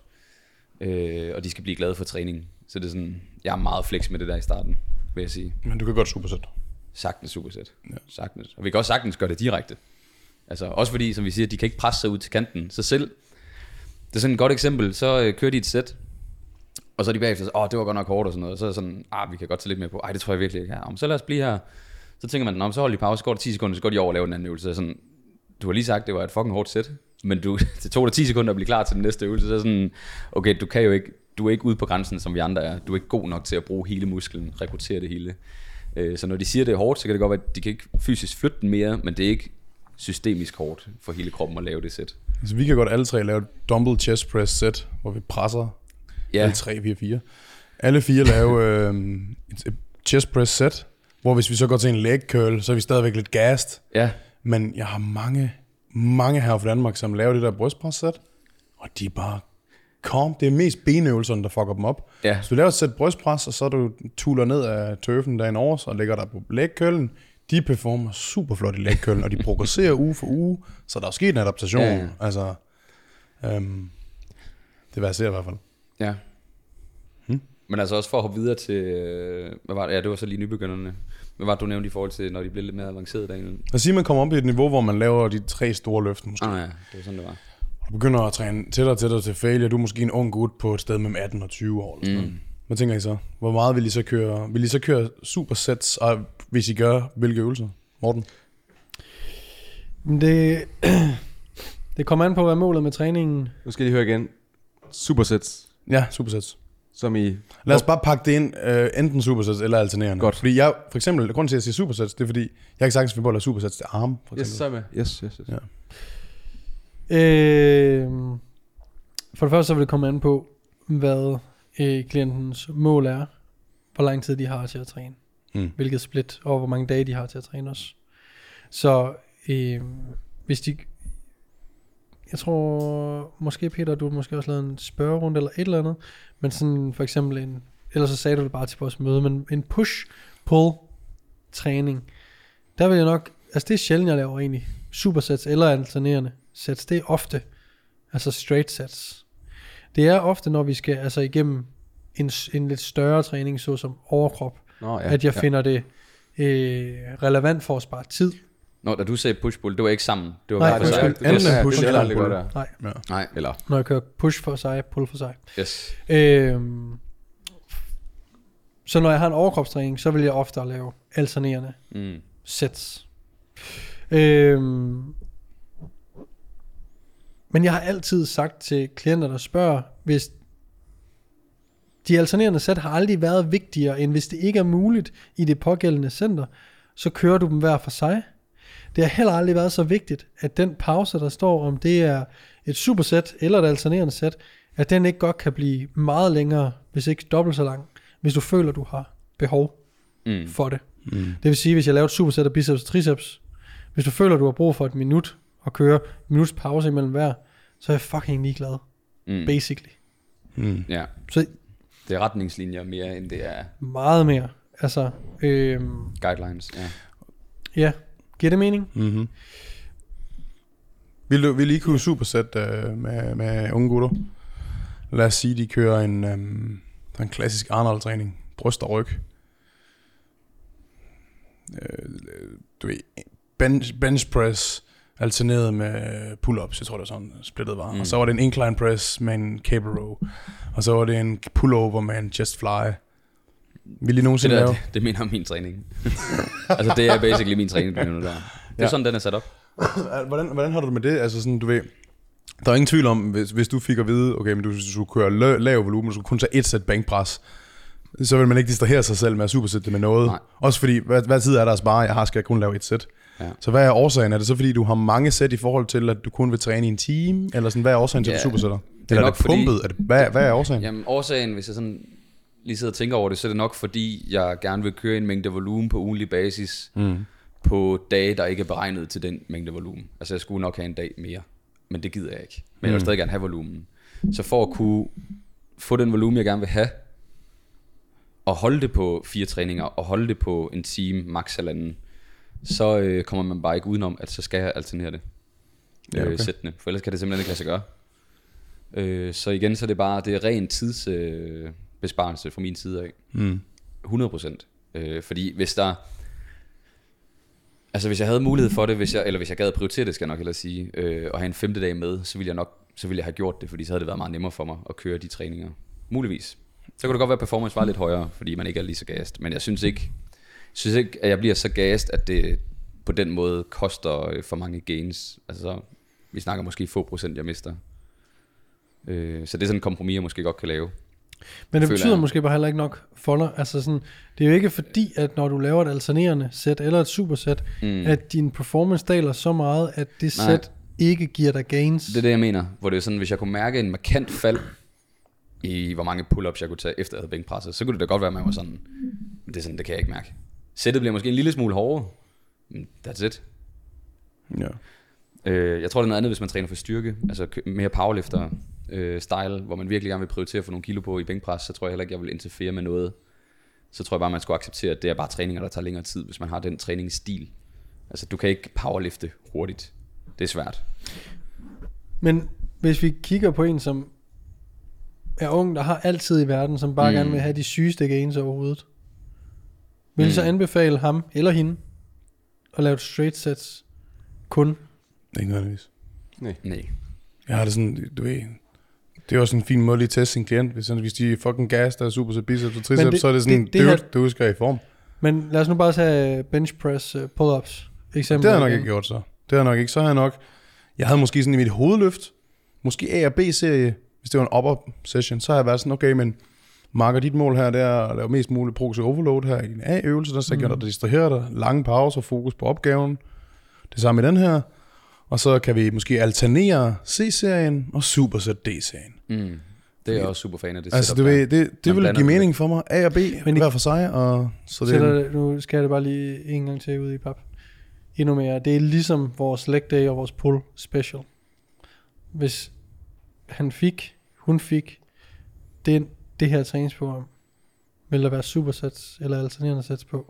øh, og de skal blive glade for træning. Så det er sådan, jeg er meget flex med det der i starten, vil jeg sige. Men du kan godt supersæt. Sagtens supersæt. Ja. Sagtens. Og vi kan også sagtens gøre det direkte. Altså også fordi, som vi siger, de kan ikke presse sig ud til kanten. Så selv, det er sådan et godt eksempel, så øh, kører de et sæt, og så er de bagefter, åh, oh, det var godt nok hårdt og sådan noget. Og så er det sådan, ah, vi kan godt tage lidt mere på. Ej, det tror jeg virkelig ikke her. Om så lad os blive her. Så tænker man, nå, så hold lige pause, så går det ti sekunder, så går de over og laver den anden øvelse. Så sådan, du har lige sagt, det var et fucking hårdt sæt, men du, det tog dig ti sekunder at blive klar til den næste øvelse. Så er sådan, okay, du kan jo ikke, du er ikke ude på grænsen, som vi andre er. Du er ikke god nok til at bruge hele musklen, rekruttere det hele. Så når de siger, det er hårdt, så kan det godt være, at de kan ikke fysisk flytte den mere, men det er ikke systemisk hårdt for hele kroppen at lave det sæt. Altså, vi kan godt alle tre lave et dumbbell chest press sæt, hvor vi presser Ja. alle tre, fire, fire. Alle fire lave øh, et chest press sæt, hvor hvis vi så går til en leg curl, så er vi stadigvæk lidt gassed. Ja. Men jeg har mange, mange her fra Danmark, som laver det der brystpres sæt, og de er bare kom. Det er mest benøvelserne, der fucker dem op. Ja. Så du laver et sæt brystpres, og så du tuller ned af tøffen dagen over, og lægger der på leg curlen. De performer super flot i leg curlen, og de progresserer uge for uge, så der er sket en adaptation. Ja, ja. Altså, øhm, det er hvad jeg ser i hvert fald. Ja. Hmm? Men altså også for at hoppe videre til, øh, hvad var det? Ja, det var så lige nybegynderne. Hvad var det, du nævnte i forhold til, når de bliver lidt mere avanceret, Daniel? Lad os sige, at man kommer op i et niveau, hvor man laver de tre store løft måske. Ah ja, det var sådan, det var. Og du begynder at træne tættere og tættere til failure. Du er måske en ung gut på et sted mellem atten og tyve år. Eller sådan noget. Mm. Hvad tænker I så? Hvor meget vil I så køre? Vil I så køre supersets, og hvis I gør, hvilke øvelser? Morten? Men det, det kommer an på, hvad målet med træningen. Nu skal I høre igen. Supersets, Ja, supersets. som i... Lad os bare pakke det ind, uh, enten supersets eller alternerende. Godt. Fordi jeg, for eksempel, grunden til at jeg siger supersets, det er fordi, jeg kan sagtens finde på at lave supersets til arme, for Yes, eksempel. så er jeg med. Yes, yes, yes. Ja. Øh, for det første så vil det komme an på, hvad øh, klientens mål er, hvor lang tid de har til at træne, Mm. hvilket split, og hvor mange dage de har til at træne også. Så øh, hvis de, jeg tror måske Peter, du har måske også lavet en spørgerunde eller et eller andet, men sådan for eksempel en, ellers så sagde du det bare til vores møde, men en push-pull træning, der vil jeg nok, altså det er sjældent jeg laver egentlig supersets eller alternerende sets, det er ofte altså straight sets. Det er ofte når vi skal altså igennem en, en lidt større træning såsom overkrop, Nå, ja, at jeg ja. finder det øh, relevant for at spare tid. Nå, da du sagde push-pull, det var ikke sammen. Det var Nej, hver for det var sig. sgu- Enten Ja, push det eller er aldrig pull. godt der. Nej, Ja. Nej, Eller, når jeg kører push for sig, pull for sig. yes. Øhm, så når jeg har en overkropstræning, så vil jeg oftere lave alternerende Mm. sets. Øhm, men jeg har altid sagt til klienter, der spørger, hvis de alternerende sæt har aldrig været vigtigere, end hvis det ikke er muligt i det pågældende center, så kører du dem hver for sig. Det har heller aldrig været så vigtigt, at den pause, der står, om det er et supersæt eller et alternerende sæt, at den ikke godt kan blive meget længere, hvis ikke dobbelt så lang, hvis du føler, du har behov Mm. for det. Mm. Det vil sige, hvis jeg laver et supersæt af biceps og triceps, hvis du føler, du har brug for et minut og køre en minuts pause imellem hver, så er jeg fucking ligeglad, Mm. basically. Mm. Ja, Så det er retningslinjer mere, end det er meget mere. Altså, øhm, guidelines. Ja. ja, giver det mening? Mm-hmm. Vil du vil I ikke kunne supersæt øh, med, med unge gutter? Lad os sige, de kører en, øhm, en klassisk Arnold-træning. Bryst og ryg. Øh, du ved, bench, bench press alterneret med pull-ups. Jeg tror, det var sådan splittet var. Mm. Og så var det en incline press med en cable row. Og så var det en pull-over med en chest fly. Vil I Det, nogensinde der, lave? det, det mener min træning. Altså det er basically min træning, du mener der. Det er Ja. sådan, den er sat op. Hvordan, hvordan har du det med det? Altså sådan, du ved, der er ingen tvivl om, hvis, hvis du fik at vide, okay, men du, du skulle køre lav, lav volumen, du skulle kun tage et sæt bænkpres, så vil man ikke distrahere sig selv med at supersætte det med noget. Nej. Også fordi, hvad, hvad tid er der at spare? Jeg har, skal jeg kun lave et sæt. Ja. Så hvad er årsagen? Er det så fordi, du har mange sæt i forhold til, at du kun vil træne i en time? Eller sådan, hvad er årsagen til, at Ja, du supersætter? Eller er nok det pumpet? Er det, hvad, hvad er årsagen? Jamen årsagen, hvis jeg sådan lige sidder og tænker over det, så er det nok fordi, jeg gerne vil køre en mængde volumen på ugenlig basis, Mm. på dage, der ikke er beregnet til den mængde volumen. Altså jeg skulle nok have en dag mere, men det gider jeg ikke. Men jeg vil Mm. stadig gerne have volumen. Så for at kunne få den volumen, jeg gerne vil have, og holde det på fire træninger, og holde det på en time, max halvanden, så øh, kommer man bare ikke udenom, at så skal jeg alternere det. Ja, okay. øh, sættene, for ellers kan det simpelthen ikke lade sig gøre. Øh, så igen, så er det bare, det er ren tidsbesparelse øh, besparelse fra min side af. Mm. hundrede procent. Øh, fordi hvis der... Altså hvis jeg havde mulighed for det, hvis jeg, eller hvis jeg gad at prioritere det, skal jeg nok hellere sige, øh, og have en femte dag med, så ville jeg nok så ville jeg have gjort det, fordi så havde det været meget nemmere for mig at køre de træninger. Muligvis. Så kunne det godt være, at performance var lidt højere, fordi man ikke er lige så gassed. Men jeg synes ikke, synes ikke at jeg bliver så gassed, at det på den måde koster for mange gains. Altså, vi snakker måske få procent, jeg mister. Øh, så det er sådan en kompromis, jeg måske godt kan lave. Men det Føler betyder jeg. måske bare heller ikke nok for dig. Altså sådan, det er jo ikke fordi, at når du laver et alternerende sæt eller et supersæt, Mm. at din performance daler så meget, at det Nej. sæt ikke giver dig gains. Det er det, jeg mener. Hvor det er sådan, hvis jeg kunne mærke en markant fald i, hvor mange pull-ups jeg kunne tage, efter jeg havde bænkpresset, så kunne det da godt være, at man var sådan, det er sådan, det kan jeg ikke mærke. Sættet bliver måske en lille smule hårdere, men that's it. Ja. Øh, jeg tror, det er noget andet, hvis man træner for styrke, altså kø- mere powerlifter øh, style, hvor man virkelig gerne vil prioritere for nogle kilo på i bænkpres, så tror jeg heller ikke, jeg vil interfere med noget. Så tror jeg bare, man skulle acceptere, at det er bare træninger, der tager længere tid, hvis man har den træningsstil. Altså, du kan ikke powerlifte hurtigt. Det er svært. Men hvis vi kigger på en, som er ung, der har altid i verden, som bare Mm. mm. gerne vil have de sygeste gains overhovedet, vil Mm. mm. så anbefale ham eller hende at lave straight sets kun? Ikke nødvendigvis. Nej. Jeg har det sådan, du ved, det er også en fin måde lige at teste sin klient. Hvis, sådan, hvis de er fucking gas, der er super, så biceps og triceps, det- så er det sådan, det- det, det dude, her- du skal i form. Men lad os nu bare tage bench press uh, pull-ups eksempel. Det har jeg nok ikke gjort så. Det har jeg nok ikke. Så har jeg nok, jeg havde måske sådan i mit hovedløft, måske A og B-serie, hvis det var en upper session, så har jeg været sådan, okay, men marker dit mål her, det er at lave mest muligt progressive overload her i en A-øvelse, der så kan mm. der distrahere dig, lange pauser, fokus på opgaven. Det samme i den her. Og så kan vi måske alternere C-serien og supersæt D-serien. Mm. Det er jeg også super fan af det Altså, setup du der. ved, det, det Man vil blander give det mening for mig. A og B, Men I- hver for sig, og så det Sætter det, nu skal jeg det bare lige en gang til ud i pap. Endnu mere. Det er ligesom vores leg day og vores pull special. Hvis han fik, hun fik den, det her træningsprogram, vil der være supersets eller alternerende sets på.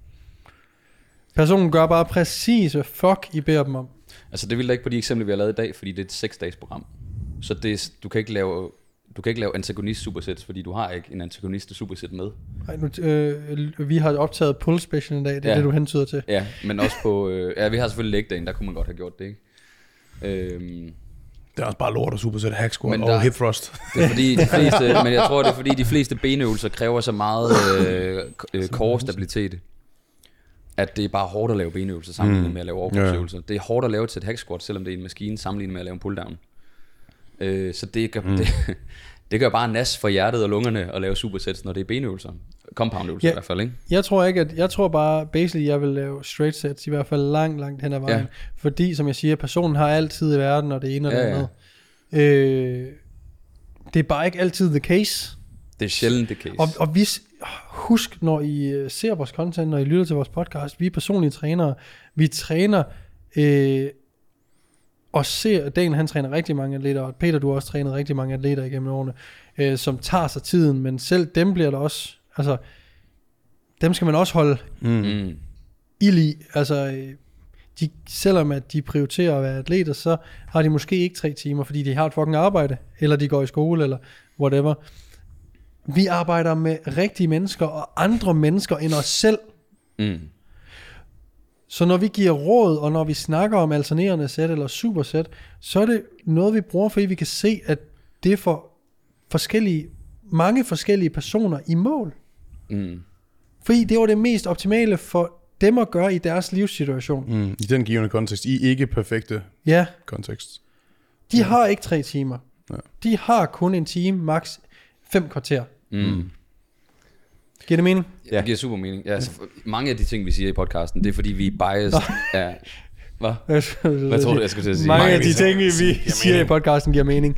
Personen gør bare præcis, hvad fuck I beder dem om. Altså det vil der ikke på de eksempler, vi har lavet i dag, fordi det er et seks dages program. Så det, er- du kan ikke lave du kan ikke lave antagonist supersets, fordi du har ikke en antagonist superset med. Ej, nu, øh, vi har optaget pull special i dag, det er Ja. det, du hentyder til. Ja, men også på... Øh, ja, vi har selvfølgelig leg dagen, der kunne man godt have gjort det, ikke? Øhm, Det er også bare lort at supersætte hack squat Men og der- hip thrust. det er fordi de fleste, men jeg tror, det er fordi de fleste benøvelser kræver så meget øh, øh, core-stabilitet, at det er bare hårdt at lave benøvelser sammenlignet Mm. med at lave overkropsøvelser. Ja. Det er hårdt at lave til et hack squat, selvom det er en maskine, sammenlignet med at lave en pull-down. Øh, så det gør, mm. det, det gør bare nas for hjertet og lungerne at lave supersets, når det er benøvelser. Compound-øvelser Ja. i hvert fald, ikke? Jeg tror ikke, at jeg tror bare, basically, jeg vil lave straight sets, i hvert fald langt, langt hen ad vejen. Ja. Fordi, som jeg siger, personen har altid i verden, og det ene og det Ja, ja. andet. Øh, det er bare ikke altid the case. Det er sjældent det case. Og, og vi, s- husk, når I øh, ser vores content, når I lytter til vores podcast, vi er personlige trænere. Vi træner, øh, og ser, Dan han træner rigtig mange atleter, og Peter, du har også trænet rigtig mange atleter igennem årene, øh, som tager sig tiden, men selv dem bliver der også, altså, dem skal man også holde Mm. Mm. ild i. Altså, øh, de, selvom at de prioriterer at være atleter, så har de måske ikke tre timer, fordi de har et fucking arbejde, eller de går i skole, eller whatever. Vi arbejder med rigtige mennesker og andre mennesker end os selv. Mm. Så når vi giver råd, og når vi snakker om alternerende sæt eller supersæt, så er det noget, vi bruger, fordi vi kan se, at det er for forskellige, mange forskellige personer i mål. Mm. Fordi det var det mest optimale for dem at gøre i deres livssituation. Mm. I den givende kontekst, i ikke perfekte Ja, kontekst. de har ikke tre timer. Ja. De har kun en time, maks fem kvarter. Mm. Giver det mening? Ja. Det giver super mening. Ja, altså, mange af de ting, vi siger i podcasten, det er fordi, vi er biased af... Hvad? Hvad tror du, jeg skulle til at sige? Mange Mange af de af de ting, vi giver siger i mening. podcasten, giver mening.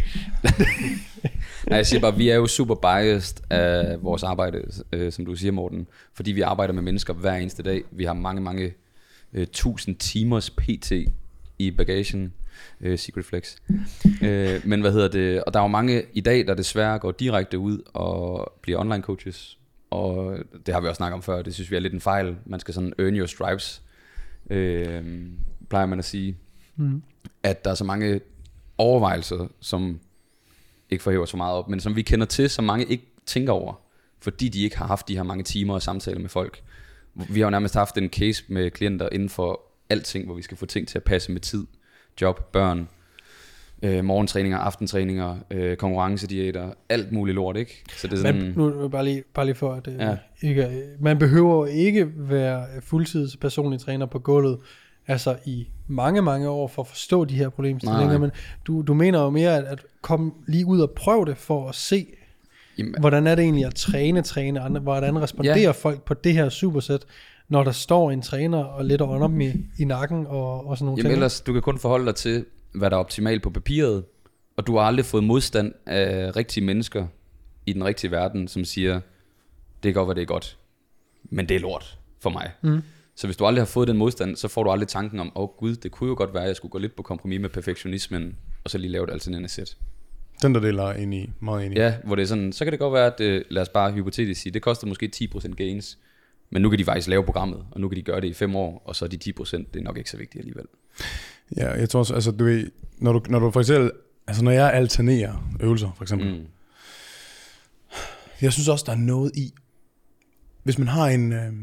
Nej, jeg siger bare, vi er jo super biased af vores arbejde, øh, som du siger, Morten. Fordi vi arbejder med mennesker hver eneste dag. Vi har mange, mange øh, tusind timers P T i bagagen. Øh, Secret Flex. øh, men hvad hedder det? Og der er jo mange i dag, der desværre går direkte ud og bliver online coaches. Og det har vi også snakket om før. Det synes vi er lidt en fejl. Man skal sådan earn your stripes. Øh, plejer man at sige. Mm. At der er så mange overvejelser, som ikke forhæver så meget op, men som vi kender til, som mange ikke tænker over, fordi de ikke har haft de her mange timer og samtaler med folk. Vi har jo nærmest haft en case med klienter inden for alting, hvor vi skal få ting til at passe med tid, job, børn, øh, morgentræninger, aftentræninger, øh, konkurrencediæter, alt muligt lort, ikke? Så det er sådan... Men nu bare lige, bare lige for at øh, Ja. ikke, man behøver ikke være fuldtids personlig træner på gulvet, altså i mange, mange år for at forstå de her problemstillinger, Nej. men du, du mener jo mere at, at komme lige ud og prøve det for at se, Jamen, hvordan er det egentlig at træne, træne andre, hvordan responderer Ja. folk på det her supersæt, når der står en træner og lidt under dem i, i nakken og, og sådan nogle Jamen ting. ellers, du kan kun forholde dig til, hvad der er optimalt på papiret, og du har aldrig fået modstand af rigtige mennesker i den rigtige verden, som siger, det kan godt være, det er godt, men det er lort for mig. Mm. Så hvis du aldrig har fået den modstand, så får du aldrig tanken om, åh oh, gud, det kunne jo godt være, at jeg skulle gå lidt på kompromis med perfektionismen, og så lige lave et alternerende sæt. Den der del er ind i, meget enig. Ja, hvor det er sådan, så kan det godt være, at det, lad os bare hypotetisk sige, det koster måske ti procent gains, men nu kan de faktisk lave programmet, og nu kan de gøre det i fem år, og så er de ti procent, det er nok ikke så vigtigt alligevel. Ja, jeg tror også, altså du ved, når du, når du for eksempel, altså når jeg alternerer øvelser, for eksempel, mm. Mm. jeg synes også, der er noget i, hvis man har en, øh,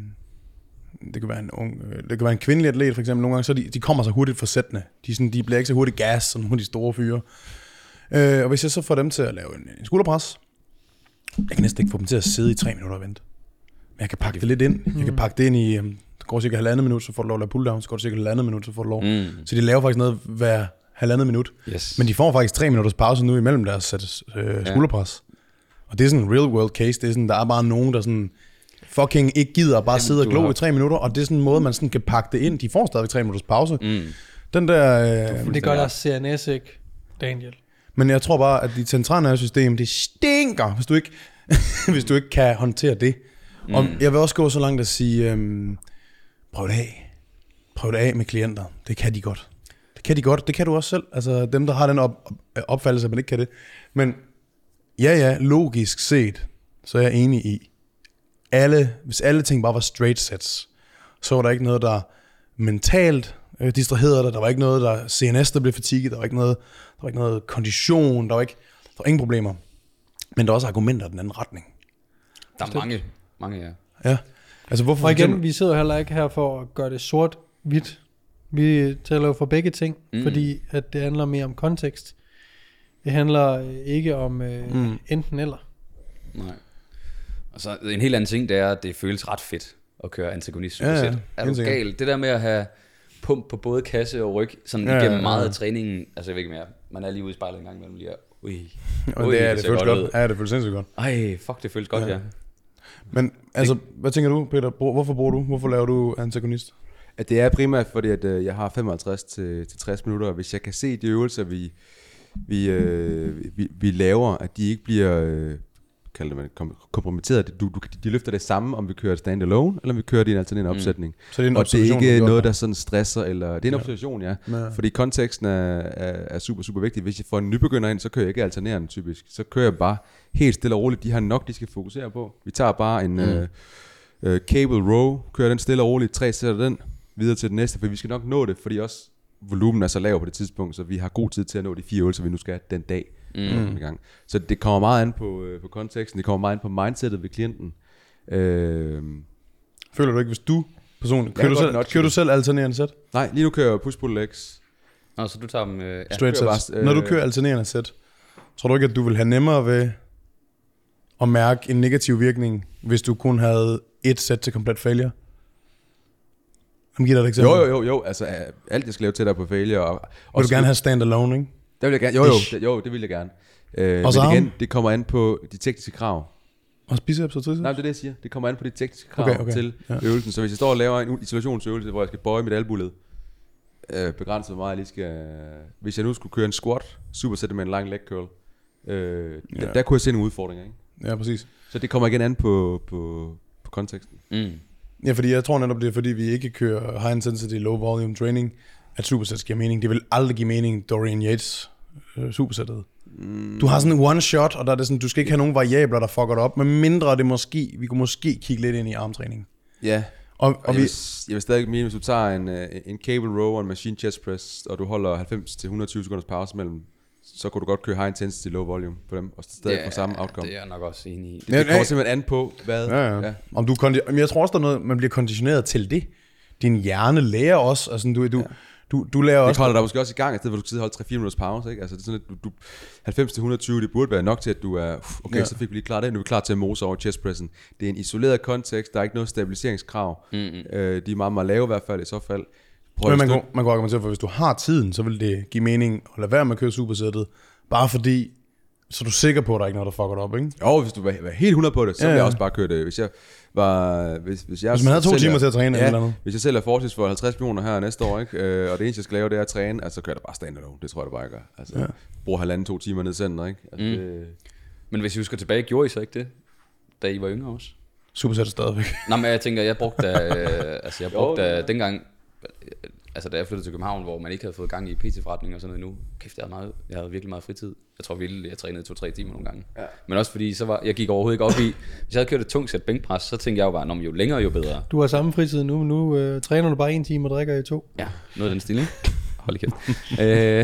det kan være en ung, øh, det kan være en kvindelig atlet for eksempel, nogle gange, så de, de kommer så hurtigt for sættene, de, sådan, de bliver ikke så hurtigt gas, som nogle af de store fyre, øh, og hvis jeg så får dem til at lave en, en skulderpres, jeg kan næsten ikke få dem til at sidde i tre minutter og vente, men jeg kan pakke det lidt ind, jeg kan pakke det ind i, øh, det går cirka halvandet minut, så får du lov at lave pull-down, så går det cirka halvandet minut, så får du lov, Mm. så de laver faktisk noget hver halvandet minut, Yes. men de får faktisk tre minutters pause nu imellem deres sæt øh, skulderpres. Og det er sådan en real world case. Det er sådan, der er bare nogen, der sådan fucking ikke gider at bare Jamen, sidde og du glo har- i tre minutter. Og det er sådan en måde, man sådan kan pakke det ind. De får stadigvæk tre minutters pause. Mm. Den der... Øh, Det gør deres C N S ikke, Daniel. men jeg tror bare, at dit centralnervesystem, det stinker, hvis du ikke, hvis du ikke kan håndtere det. Mm. Og jeg vil også gå så langt at sige, øhm, prøv det af. Prøv det af med klienter. Det kan de godt. Det kan de godt. Det kan du også selv. Altså dem, der har den op, op, opfattelse, at man ikke kan det. Men ja, ja, logisk set, så er jeg enig i, alle, hvis alle ting bare var straight sets, så var der ikke noget, der mentalt øh, distraherede dig. Der var ikke noget, der C N S, der blev fatiget. Der var ikke noget, der var ikke noget kondition. Der var ikke, der var ingen problemer. Men der er også argumenter i den anden retning. Der er mange, mange ja. Ja. Altså hvorfor Og for igen, eksempel, vi sidder heller ikke her for at gøre det sort-hvidt. Vi taler jo for begge ting, mm. fordi at det handler mere om kontekst. Det handler ikke om øh, mm. enten eller. Nej. Og så en helt anden ting, det er, at det føles ret fedt at køre antagonist Ja, ja. supersæt. Er du gal? Det der med at have pump på både kasse og ryg, sådan Ja, igennem ja, meget ja. af træningen, altså jeg ved ikke mere, man er lige ude i spejlet en gang imellem lige, ui, og ui, det er det, ser føles godt. ud. Ja, det føles sindssygt godt. Ej, fuck, det føles godt, ja. ja. Men altså, hvad tænker du, Peter? Bro- Hvorfor bruger du? Hvorfor laver du antagonist? At det er primært fordi, at øh, jeg har femoghalvtreds til tres minutter, og hvis jeg kan se de øvelser, vi, vi, øh, vi, vi laver, at de ikke bliver øh, kalder man kom, kompromitteret. Du, du, de løfter det samme, om vi kører standalone, eller om vi kører det i en alternerende opsætning. Mm. Så det er en og det er observation, ikke du noget, gør. der sådan stresser, eller det er en Ja. observation, ja. Ja. Fordi konteksten er, er, er super, super vigtig. Hvis jeg får en nybegynder ind, så kører jeg ikke alternerende typisk. Så kører jeg bare helt stille og roligt. De har nok, de skal fokusere på. Vi tager bare en... Mm. Øh, Uh, cable row, kører den stille og roligt, tre sætter den, videre til den næste, for vi skal nok nå det, fordi også volumen er så lav på det tidspunkt, så vi har god tid til at nå de fire øvelser, vi nu skal have den dag. Mm. I gang. Så det kommer meget an på, øh, på konteksten, det kommer meget an på mindsetet ved klienten. Øh, Føler du ikke, hvis du personligt, kører, kan du godt selv, notche kører du det. selv alternerende sæt? nej, lige nu kører jeg push-pull legs. Nå, så du tager dem, øh, ja. Straight kører sæt. bare, øh, Når du kører alternerende sæt, tror du ikke, at du vil have nemmere ved at mærke en negativ virkning, hvis du kun havde et sæt til komplet failure? Jamen, giver dig et eksempel. Jo, jo, jo, jo, altså øh, alt jeg skal lave til dig på failure. Og, Vil du gerne have stand-alone, ikke? Det vil jeg gerne, jo jo, Ish. det, jo, det vil jeg gerne. Øh, Og så men igen, arm? det kommer an på de tekniske krav. Og biceps og triceps? Nej, det er det, jeg siger. Det kommer an på de tekniske krav Okay, okay, okay. okay. til Ja. ja. øvelsen. Så hvis jeg står og laver en isolationsøvelse, hvor jeg skal bøje mit albuled, øh, begrænset hvor meget jeg lige skal... Hvis jeg nu skulle køre en squat, supersætte med en lang leg curl, øh, Ja. der, der kunne jeg se nogle udfordringer, ikke? Ja, præcis. Så det kommer igen an på, på, på konteksten. Mm. Ja, fordi jeg tror netop, det er fordi, vi ikke kører high intensity, low volume training, at supersæt giver mening. Det vil aldrig give mening, Dorian Yates øh, supersættet. Mm. Du har sådan en one shot, og der er det sådan, du skal ikke have nogen variabler, der fucker dig op, men mindre det måske, vi kunne måske kigge lidt ind i armtræning. Ja, Og, og, og jeg, vi, vil, jeg vil stadig mene, hvis du tager en, øh, en cable row og en machine chest press, og du holder halvfems til et hundrede og tyve sekunders pause mellem, så kunne du godt køre high intensity, low volume på dem, og stadig få samme outcome. Det er jeg nok også enig i. Det, det kommer simpelthen an på, hvad... ja, ja. Ja. Om du kondi- men jeg tror også, der er noget, man bliver konditioneret til det. Din hjerne lærer også, altså du, du, ja. du, du lærer Det også... holder dig måske også i gang, i stedet for at du skal sidde og holde tre fire minutters pause, ikke? Altså det er sådan, at du, du halvfems til et hundrede og tyve, det burde være nok til, at du er, uff, okay, Ja. ja. så fik vi lige klart det, nu er vi klar til at mose over chestpressen. Det er en isoleret kontekst, der er ikke noget stabiliseringskrav. Mm-hmm. Øh, de er meget, meget lave i hvert fald, i så fald. Prøv Men at man, støtte- kunne, man kunne argumentere for, at hvis du har tiden, så vil det give mening at lade være med at køre supersættet, bare fordi, så er du sikker på, at der ikke er noget, der fucker dig op, ikke? Jo, hvis du var, var helt hundrede på det, så Ja, ville ja. jeg også bare køre det. Hvis jeg var... Hvis, hvis, jeg Hvis man havde to sælger- timer til at træne ja, eller andet. hvis jeg sælger fortis for halvtreds millioner her næste år, ikke? Øh, og det eneste, jeg skal lave, det er at træne, altså så kører jeg da bare stand-alone. Det tror jeg da bare, jeg gør. Altså, Ja. bruger halvanden, to timer ned i center, ikke? Altså, Mm. det, Men hvis I husker tilbage, gjorde I så ikke det, da I var yngre også? Supersættet stadigvæk. Nå, men jeg tænker, jeg brugte da, øh, altså jeg Jo, brugte da, ja. dengang, øh, altså da jeg flyttede til København, hvor man ikke havde fået gang i P T-forretning og sådan noget nu, kæft, jeg havde, meget, jeg havde virkelig meget fritid. Jeg tror virkelig, jeg trænede to-tre timer nogle gange. Ja. Men også fordi, så var, jeg gik overhovedet ikke op i, hvis jeg havde kørt et tungt sæt bænkpres, så tænkte jeg jo bare, nå, men jo længere, jo bedre. Du har samme fritid nu, nu øh, træner du bare en time og drikker i to. Ja, noget af den stil, ikke? Hold i kæft. øh,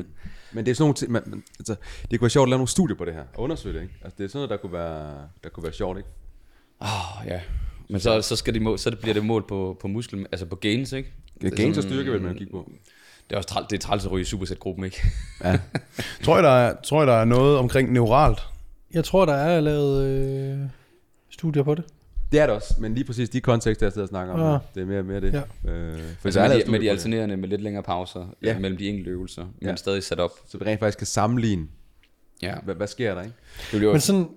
Men det er sådan nogle ting, man, man, altså, det kunne være sjovt at lave nogle studier på det her, og undersøge det, ikke? Altså, det er sådan noget, der kunne være, der kunne være sjovt, ikke? Åh, oh, ja. Men så, så, skal de må, så bliver det mål på, på muskel, altså på gains, ikke? Ja, gains og styrke vil man kigge på. Det er også træls, det er træls at ryge i supersæt-gruppen, ikke? Ja. Tror jeg, der er, tror jeg, der er noget omkring neuralt? Jeg tror, der er lavet øh, studier på det. Det er det også, men lige præcis de kontekster, jeg sidder og snakker om, Ah. ja. det er mere og mere det. Ja. Øh, for Altså der er med, lavet de, med studier de på det. alternerende, med lidt længere pauser Ja. ja. mellem de enkelte øvelser, men Ja. stadig sat op. Så vi rent faktisk kan sammenligne, Ja. hvad, hvad sker der, ikke? Det bliver Men sådan...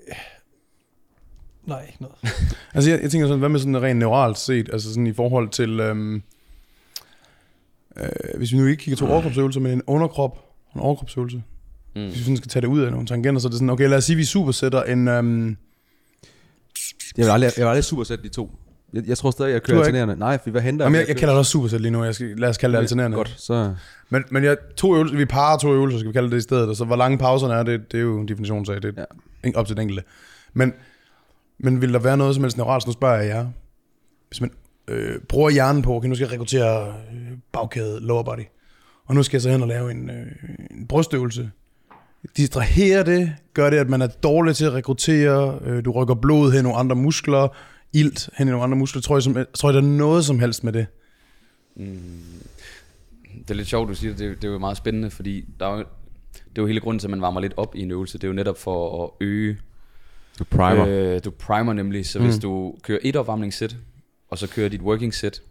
Nej, ikke noget. Altså jeg, jeg tænker sådan, hvad med sådan rent neuralt set, altså sådan i forhold til, øhm, øh, hvis vi nu ikke kigger to overkropsøvelser, men en underkrop og en overkropsøvelse. Mm. Hvis vi sådan skal tage det ud af nogle tangenter, så er det sådan, okay, lad os sige, vi supersætter en... Øhm, Jeg vil aldrig, jeg vil aldrig supersætte de to. Jeg, jeg tror stadig, jeg Du kører har ikke- alternerende. Nej, for hvad henter jamen, jeg, jeg kalder det også supersæt lige nu, jeg skal, lad os kalde det alternerende. Godt, så... Men, men jeg, to øvelser, vi parer to øvelser, skal vi kalde det i stedet, og så hvor lange pauserne er, det, det er jo en definitionsag, det er ja. op til den enkelte. Men, men vil der være noget som helst neuralt, så nu spørger jeg jer, hvis man øh, bruger hjernen på, okay, nu skal jeg rekruttere øh, bagkæde, lower body, og nu skal jeg så hen og lave en, øh, en brystøvelse distraherer det, gør det, at man er dårlig til at rekruttere, øh, du rykker blod hen i nogle andre muskler, ilt hen i nogle andre muskler, tror jeg, som, tror jeg der er noget som helst med det? Mm. Det er lidt sjovt, du siger det. Det er, det er jo meget spændende, fordi der er jo, det er jo hele grunden til, at man varmer lidt op i en øvelse. Det er jo netop for at øge... Du primer. Øh, du primer nemlig, så mm. hvis du kører et opvarmningssæt, og så kører dit working set,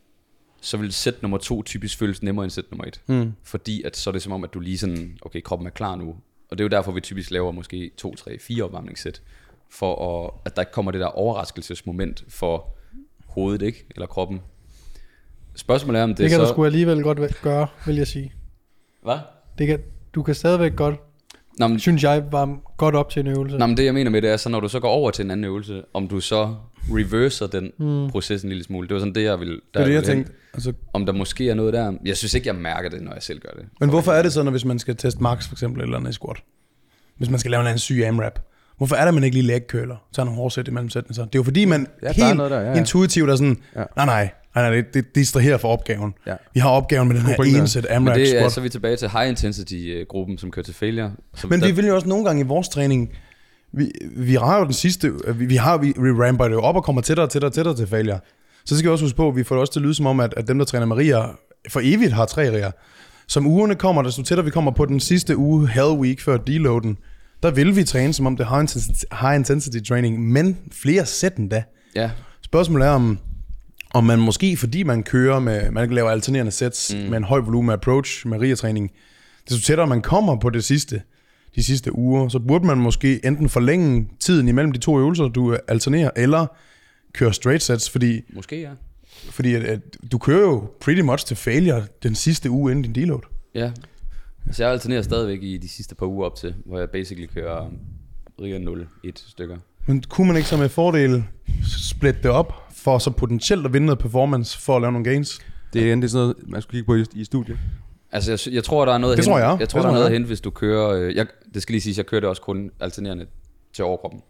så vil sæt nummer to typisk føles nemmere end sæt nummer et. Mm. Fordi at, så er det som om, at du lige sådan, okay, kroppen er klar nu. Og det er jo derfor, vi typisk laver måske to, tre, fire opvarmningssæt, for at, at der ikke kommer det der overraskelsesmoment for hovedet, ikke? Eller kroppen. Spørgsmålet er, om det, det kan så... du sgu alligevel godt gøre, vil jeg sige. Hvad? Det kan, du kan stadigvæk godt, Nå, men, synes jeg, var godt op til en øvelse. Nå, men det jeg mener med det er, så når du så går over til en anden øvelse, om du så reverser den mm. proces en lille smule. Det var sådan det, jeg ville... Det er det, jeg tænkte. Altså... Om der måske er noget der. Jeg synes ikke, jeg mærker det, når jeg selv gør det. Men hvorfor er det så, når hvis man skal teste max for eksempel, eller andet i squat? Hvis man skal lave en anden syg AMRAP. Hvorfor er det, man ikke lige leg curler? Tager nogle hårdsæt imellem sættene så? Det er jo fordi, man ja, helt der, ja, ja. intuitivt er sådan, ja. nej, nej, nej, nej, det distraherer for opgaven. Ja. Vi har opgaven med den her ene sæt AMRAP squat. Men det er squat. så vi tilbage til high intensity-gruppen, som kører til failure. Men der... vi vil jo også nogle gange i vores træning, vi, vi har jo den sidste, vi, vi har, vi, vi ramper det jo op og kommer tættere og tættere og tættere til failure. Så skal vi også huske på, at vi får det også til at lyde som om, at, at dem, der træner med riger, for evigt har tre riger. Som ugerne kommer, desto tættere vi kommer på den sidste uge, hell week før deloaden, der vil vi træne, som om det er high intensity, high intensity training, men flere sæt end da. Ja. Spørgsmålet er, om, om man måske, fordi man kører med, man laver alternerende sets mm. med en høj volumen approach med rigertræning, desto tættere man kommer på det sidste, de sidste uger, så burde man måske enten forlænge tiden imellem de to øvelser, du alternerer, eller køre straight sets, fordi... Måske, ja. Fordi at, at du kører jo pretty much til failure den sidste uge inden din deload. Ja. Så jeg alternerer stadigvæk i de sidste par uger op til, hvor jeg basically kører riger nul et stykker. Men kunne man ikke så med fordel splitte det op, for så potentielt at vinde noget performance, for at lave nogle gains? Det er endelig sådan noget, man skulle kigge på i, i studiet. Altså, jeg, jeg tror, der er noget det hen, tror jeg. jeg tror, det der er noget jeg. hen, hvis du kører... Øh, jeg, det skal lige siges, jeg kører det også kun alternerende til overkroppen.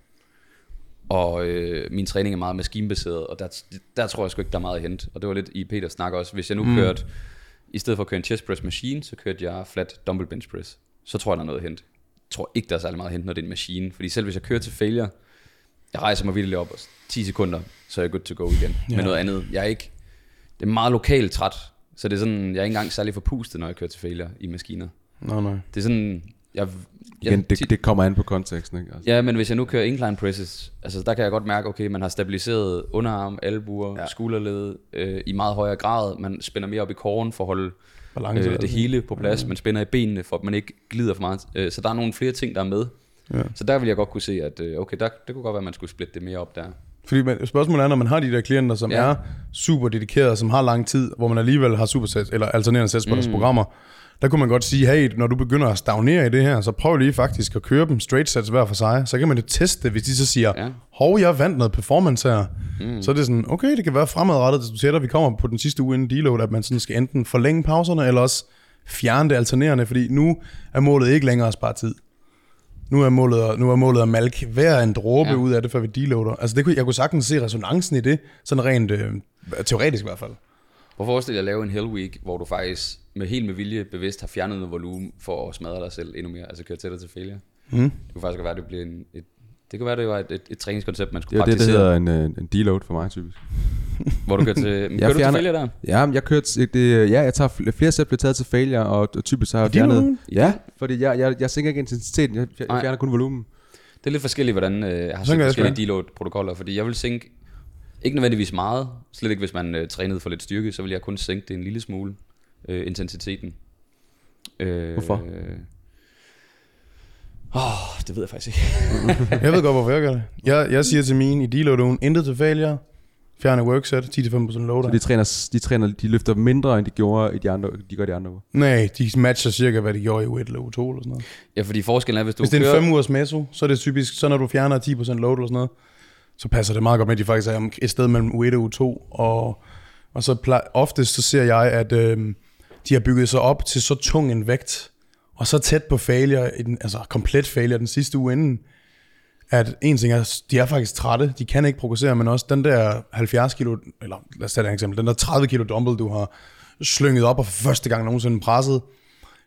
Og øh, min træning er meget maskinbaseret, og der, der tror jeg sgu ikke, der er meget at hente. Og det var lidt i Peters snak også. Hvis jeg nu mm. kørte, i stedet for at køre en chest press machine, så kørte jeg flat dumbbell bench press. Så tror jeg, der er noget at hente. Jeg tror ikke, der er særlig meget at hente, når det er en maskine. Fordi selv hvis jeg kører til failure, jeg rejser mig virkelig op, og ti sekunder, så er jeg good to go igen. Ja. Med noget andet. Jeg er ikke... Det er meget lokalt træt. Så det er sådan, jeg er ikke engang særlig forpustet, når jeg kører til failure i maskiner. Nej, nej. Det er sådan... Jeg, jeg, Igen, det, det kommer an på konteksten, ikke? Altså. Ja, men hvis jeg nu kører incline presses, altså der kan jeg godt mærke, okay, man har stabiliseret underarm, albuer, ja. skulderled øh, i meget højere grad. Man spænder mere op i kåren for at holde balance, øh, det hele på plads. Mm. Man spænder i benene, for at man ikke glider for meget. Øh, så der er nogle flere ting, der er med. Ja. Så der vil jeg godt kunne se, at øh, okay, der, det kunne godt være, at man skulle splitte det mere op der. Fordi man, spørgsmålet er, når man har de der klienter, som ja. er super dedikerede, som har lang tid, hvor man alligevel har supersets eller alternerende sets på mm. deres programmer, der kunne man godt sige, hey, når du begynder at stagnere i det her, så prøv lige faktisk at køre dem straight sets hver for sig. Så kan man jo teste det, hvis de så siger, ja. hov, jeg vandt noget performance her. Mm. Så er det sådan, okay, det kan være fremadrettet, desto tættere vi kommer på den sidste uge inden deload, at man sådan skal enten forlænge pauserne, eller også fjerne det alternerende, fordi nu er målet ikke længere at spare tid. Nu er målet, nu er målet at malke hver en dråbe ja. ud af det, før vi deloader. Altså det kunne, jeg kunne sagtens se resonancen i det, sådan rent øh, teoretisk i hvert fald. Prøv at forestille dig at lave en hell week, hvor du faktisk med helt med vilje bevidst har fjernet noget volumen for at smadre dig selv endnu mere, altså køre tættere til failure. Mm. Det kunne faktisk være, at det bliver en, et, det kunne være, det var et, et, et træningskoncept, man skulle praktisere. Det er det, der hedder en, en deload for mig, typisk. Hvor du kører til, kører jeg du fjerner, til failure der? Ja, jeg kører til, det, ja, jeg tager flere sæt bliver taget til failure, og, og typisk så har jeg fjernet. Ja, fordi jeg, jeg, jeg sænker ikke intensiteten, jeg, jeg fjerner kun volumen. Det er lidt forskelligt, hvordan øh, jeg har set forskellige deload-protokoller, fordi jeg vil sænke, ikke nødvendigvis meget, slet ikke hvis man øh, trænede for lidt styrke, så vil jeg kun sænke det en lille smule, øh, intensiteten. Øh, Hvorfor? Øh, åh, det ved jeg faktisk ikke. Jeg ved godt, hvorfor jeg gør det. Jeg, jeg siger til mine i deload-ugen, intet til failure, fjerne workset, ti til femten procent loader. Så de træner, de træner, de løfter mindre, end de gjorde i de andre, de gør de andre uger? Nej, de matcher cirka, hvad de gjorde i U et eller U to eller sådan noget. Ja, fordi forskellen er, hvis du Hvis det er kører... en fem ugers meso, så er det typisk, så når du fjerner ti procent load eller sådan noget, så passer det meget godt med, at de faktisk er et sted mellem U et og U to, og, og så plej, oftest så ser jeg, at øh, de har bygget sig op til så tung en vægt, og så tæt på failure, i den, altså komplet failure den sidste uge inden, at en ting er, de er faktisk trætte, de kan ikke progressere, men også den der halvfjerds kilo, eller lad os tage et eksempel, den der tredive kilo dumbbell, du har slynget op og for første gang nogensinde presset,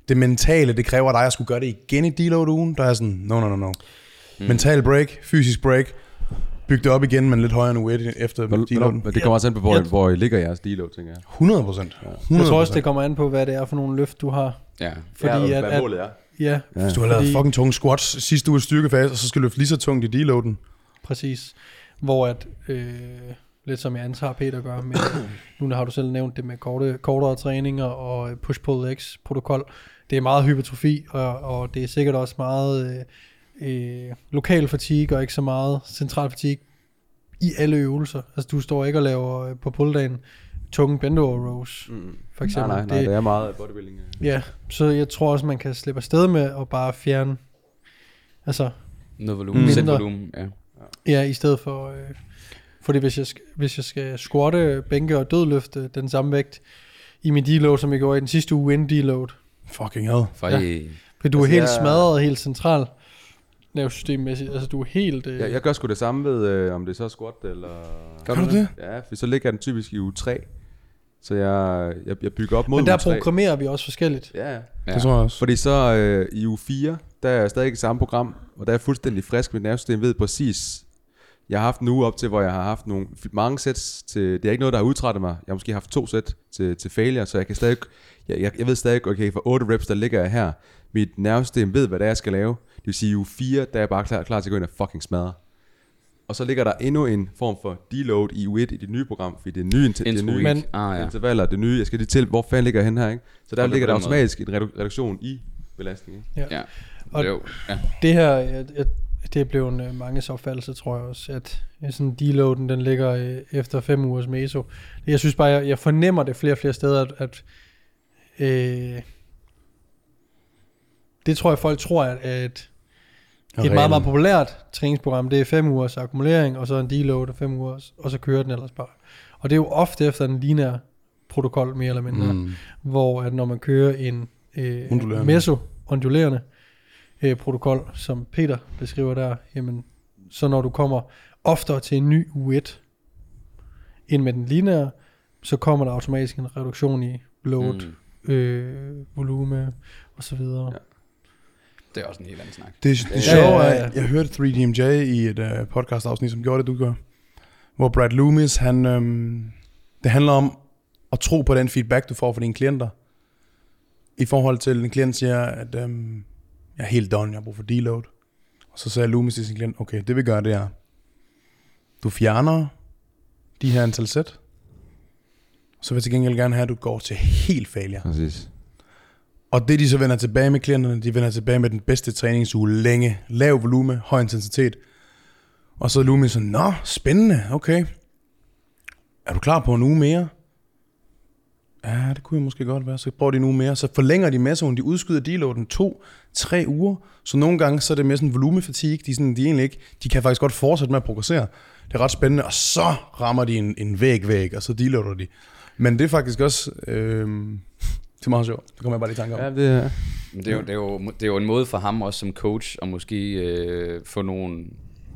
det mentale, det kræver dig at skulle gøre det igen i deload-ugen. Der er sådan, no, no, no, no. Mm. Mental break, fysisk break, byg det op igen, men lidt højere nu efter deloaden. Det kommer også an på, hvor, ja. hvor I ligger jeres deload, tænker jeg. hundrede procent. Ja. Jeg tror også, det kommer an på, hvad det er for nogle løft, du har. Ja. Fordi ja, at, hvad målet er. Ja, ja. Hvis du har lavet fordi, fucking tunge squats sidste uge styrkefase, og så skal du løfte lige så tungt i deloaden. Præcis. Hvor at, øh, lidt som jeg antager Peter gør, med, nu har du selv nævnt det med korte, kortere træninger og push-pull-legs protokol. Det er meget hypertrofi, og, og det er sikkert også meget øh, øh, lokal fatigue, og ikke så meget central fatigue i alle øvelser. Altså du står ikke og laver øh, på pulldagen tunge bend over rows, mm. for eksempel. Nej, nej, nej, det, det er meget bodybuilding. Ja, så jeg tror også, man kan slippe afsted med at bare fjerne, altså noget volumen, sæt volumen, ja. Ja, i stedet for, øh, fordi hvis jeg, skal, hvis jeg skal squatte, bænke og dødløfte den samme vægt i min deload, som jeg gjorde i den sidste uge inden deload. Fucking hell. Ja. For du er altså, helt jeg... smadret og helt central nervesystemmæssigt. Altså du er helt... Øh... Ja, jeg gør sgu det samme ved, øh, om det er så squat eller... Gør du det? Ja, for så ligger den typisk i uge tre. Så jeg, jeg, jeg bygger op mod Men der uge tre. programmerer vi også forskelligt. Ja, ja. Det tror jeg også. Fordi så øh, i uge fire, der er jeg stadig i samme program, og der er jeg fuldstændig frisk. Mit nervesystem ved præcis... Jeg har haft en uge op til, hvor jeg har haft nogle, mange sets til... Det er ikke noget, der har udtrættet mig. Jeg har måske haft to sæt til, til failure, så jeg kan stadig... Jeg, jeg, jeg ved stadig, okay, for otte reps, der ligger jeg her. Mit nervesystem ved, hvad det er, jeg skal lave. Det vil sige, i uge fire, der er jeg bare klar, klar til at gå ind og fucking smadre. Og så ligger der endnu en form for deload i uge et i det nye program, fordi det er nye, inter- det nye Men, ah, ja. intervaller, det nye, jeg skal lige til, hvor fanden ligger jeg hen her, ikke? Så der okay, ligger der automatisk en redu- reduktion i belastning, ikke? Ja. Ja. Og det, ja. det her, jeg, jeg, det er blevet en manges opfattelse, tror jeg også, at sådan deloaden, den ligger øh, efter fem ugers meso. Jeg synes bare, jeg, jeg fornemmer det flere og flere steder, at, at øh, det tror jeg, folk tror, at, at et meget, meget populært træningsprogram, det er fem ugers akkumulering, og så en deload af fem uger, og så kører den ellers bare. Og det er jo ofte efter en lineær protokol, mere eller mindre, mm. hvor at når man kører en øh, meso-ondulerende øh, protokol, som Peter beskriver der, jamen, så når du kommer oftere til en ny uge et, end med den lineære, så kommer der automatisk en reduktion i load, mm. øh, volume, og så videre. Ja. Det er også en helt anden snak. Det, det, det er sjovt, ja, ja, ja. Jeg hørte tre D M J i et uh, podcast-afsnit, som gjorde det, du gør. Hvor Brad Loomis, han, øhm, det handler om at tro på den feedback, du får fra dine klienter. I forhold til, en klient siger, at øhm, jeg er helt done, jeg har brug for deload. Og så sagde Loomis til sin klient, okay, det vi gør, det er, du fjerner de her antal sæt, så vil jeg til gengæld gerne have, at du går til helt failure. Præcis. Og det de så vender tilbage med klienterne, de vender tilbage med den bedste træningsuge længe. Lav volume, høj intensitet. Og så er Loomis sådan, nå, spændende, okay. Er du klar på en uge mere? Ja, det kunne jeg måske godt være. Så prøv de en uge mere. Så forlænger de mesoen, de udskyder deloaden to, tre uger. Så nogle gange så er det mere sådan volumefatigue. De, sådan, de, egentlig ikke, de kan faktisk godt fortsætte med at progressere. Det er ret spændende. Og så rammer de en, en væg-væg, og så deloader de. Men det er faktisk også... Øh, det er meget sjovt. Det kommer jeg bare lige i tanke om. Ja, det er... Det er, jo, det, er jo, det er jo en måde for ham også som coach at måske øh, få nogle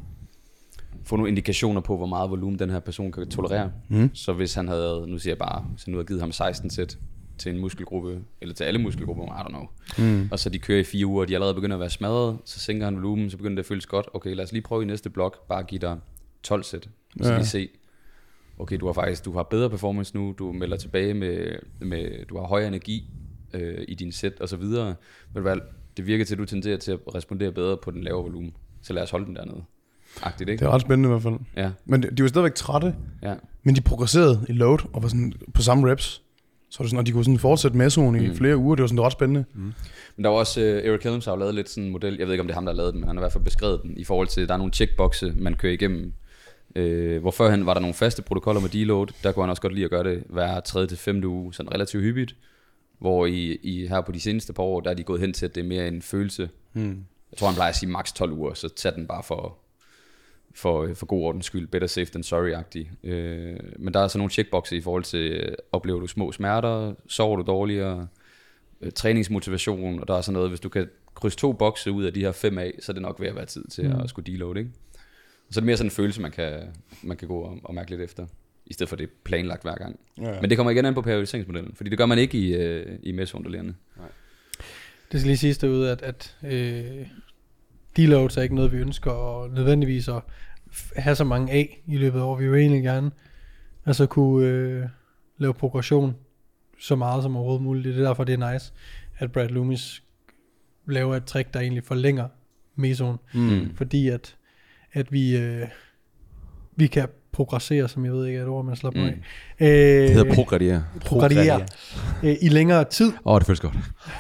få nogle indikationer på, hvor meget volumen den her person kan tolerere. Mm. Så hvis han havde, nu siger jeg bare, hvis han nu havde givet ham seksten sæt til en muskelgruppe, eller til alle muskelgrupper, I don't know, mm. og så de kører i fire uger, og de allerede begynder at være smadret, så sænker han volumen, så begynder det at føles godt. Okay, lad os lige prøve i næste blok, bare give dig tolv sæt, så ja. Lige se, okay, du har faktisk du har bedre performance nu, du melder tilbage med, med du har højere energi øh, i din sæt og så videre. Men det virker til, at du tenderer til at respondere bedre på den lavere volumen. Så lad os holde den dernede. Agtigt, ikke? Det er ret spændende i hvert fald. Ja. Men de, de var stadigvæk trætte, ja. Men de progresserede i load og var sådan på samme reps. Så det sådan, og de kunne sådan fortsætte mesoen i mm. flere uger. Det var sådan det var ret spændende. Mm. Men der var også uh, Eric Helms har lavet lidt sådan en model. Jeg ved ikke om det er ham der har lavet den, men han har i hvert fald beskrevet den i forhold til der er nogle checkboxe man kører igennem. Øh, hvor førhen var der nogle faste protokoller med deload. Der kunne han også godt lide at gøre det hver tredje til femte uge, sådan relativt hyppigt. Hvor i, i her på de seneste par år, der er de gået hen til, at det er mere en følelse. Mm. Jeg tror, han plejer at sige maks tolv uger, så tag den bare for, for, for god ordens skyld. Better safe than sorry-agtig. Øh, men der er så nogle checkboxe i forhold til, oplever du små smerter, sover du dårligere, øh, træningsmotivation, og der er sådan noget, hvis du kan krydse to bokse ud af de her fem af, så er det nok ved at være tid til mm. at skulle deload, ikke? Så er det mere sådan en følelse, man kan, man kan gå og, og mærke lidt efter, i stedet for det planlagt hver gang. Ja, ja. Men det kommer igen an på periodiseringsmodellen, fordi det gør man ikke i, øh, i mesoondulerende. det skal lige siges derude, at, at øh, deloads er ikke noget, vi ønsker, og nødvendigvis at have så mange af i løbet af år. Vi vil egentlig gerne altså kunne øh, lave progression så meget som overhovedet muligt. Det er derfor, det er nice, at Brad Loomis laver et trick, der egentlig forlænger mesoen. Mm. Fordi at, at vi, øh, vi kan progressere, som jeg ved ikke er et ord, man slår på Mm. af. Øh, Det hedder progrediere. progrediere. Øh, I længere tid. Åh, oh, det føles godt.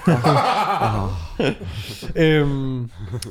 øhm,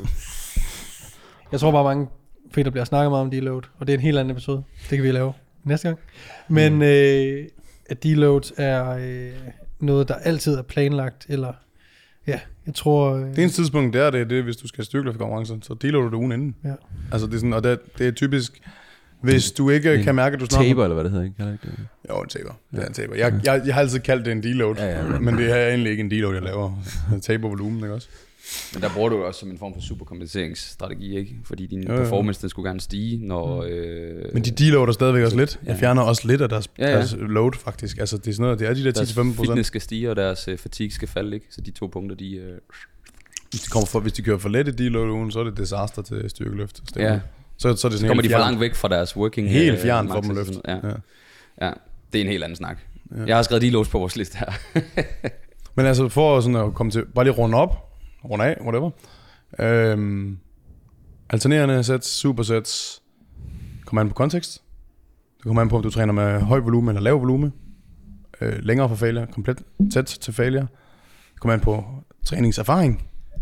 jeg tror bare mange fordi der bliver snakket meget om deload, og det er en helt anden episode. Det kan vi lave næste gang. Men mm. øh, at deloads er øh, noget, der altid er planlagt, eller ja, jeg tror... Øh, Det eneste tidspunkt, det er det, det er, hvis du skal have styrkeløftkonkurrencer, så deloader du ugen inden. Ja. Altså det er sådan, og det, det er typisk, hvis du ikke en kan mærke, at du snart... Taber, eller hvad det hedder, ikke? ikke det? Jo, en taber. Det er en taber. Jeg, jeg, jeg har altid kaldt det en deload, Ja, ja, ja. men det er egentlig ikke en deload, jeg laver. Jeg taber volumen, ikke også? Men der bruger du jo også som en form for superkompenseringsstrategi, ikke? Fordi din Jo, jo. performance, den skulle gerne stige, når... Øh, Men de deloader stadigvæk også lidt. Jeg Ja. fjerner også lidt af deres, Ja, ja. deres load, faktisk. Altså, det er sådan noget, det er de der ti deres til femten procent. fitness skal stige, og deres øh, fatigue skal falde, ikke? Så de to punkter, de... Øh, Hvis de, kommer for, hvis de kører for let i deload ugen, så er det disaster til styrkeløft. ja, Så, så er det sådan så kommer de helt for fjern. langt væk fra deres working... Helt øh, fjern for max dem og at sådan løfte. noget. Ja. Ja. ja, det er en helt anden snak. Ja. Jeg har skrevet deloads på vores liste her. Men altså, for sådan at komme til, bare lige runde op, runde af, whatever. Øhm, alternerende sets, supersets, kommer an på kontekst. Det kommer an på, om du træner med høj volumen eller lav volumen. Øh, længere fra failure, komplet tæt til failure. Det kommer an på træningserfaring.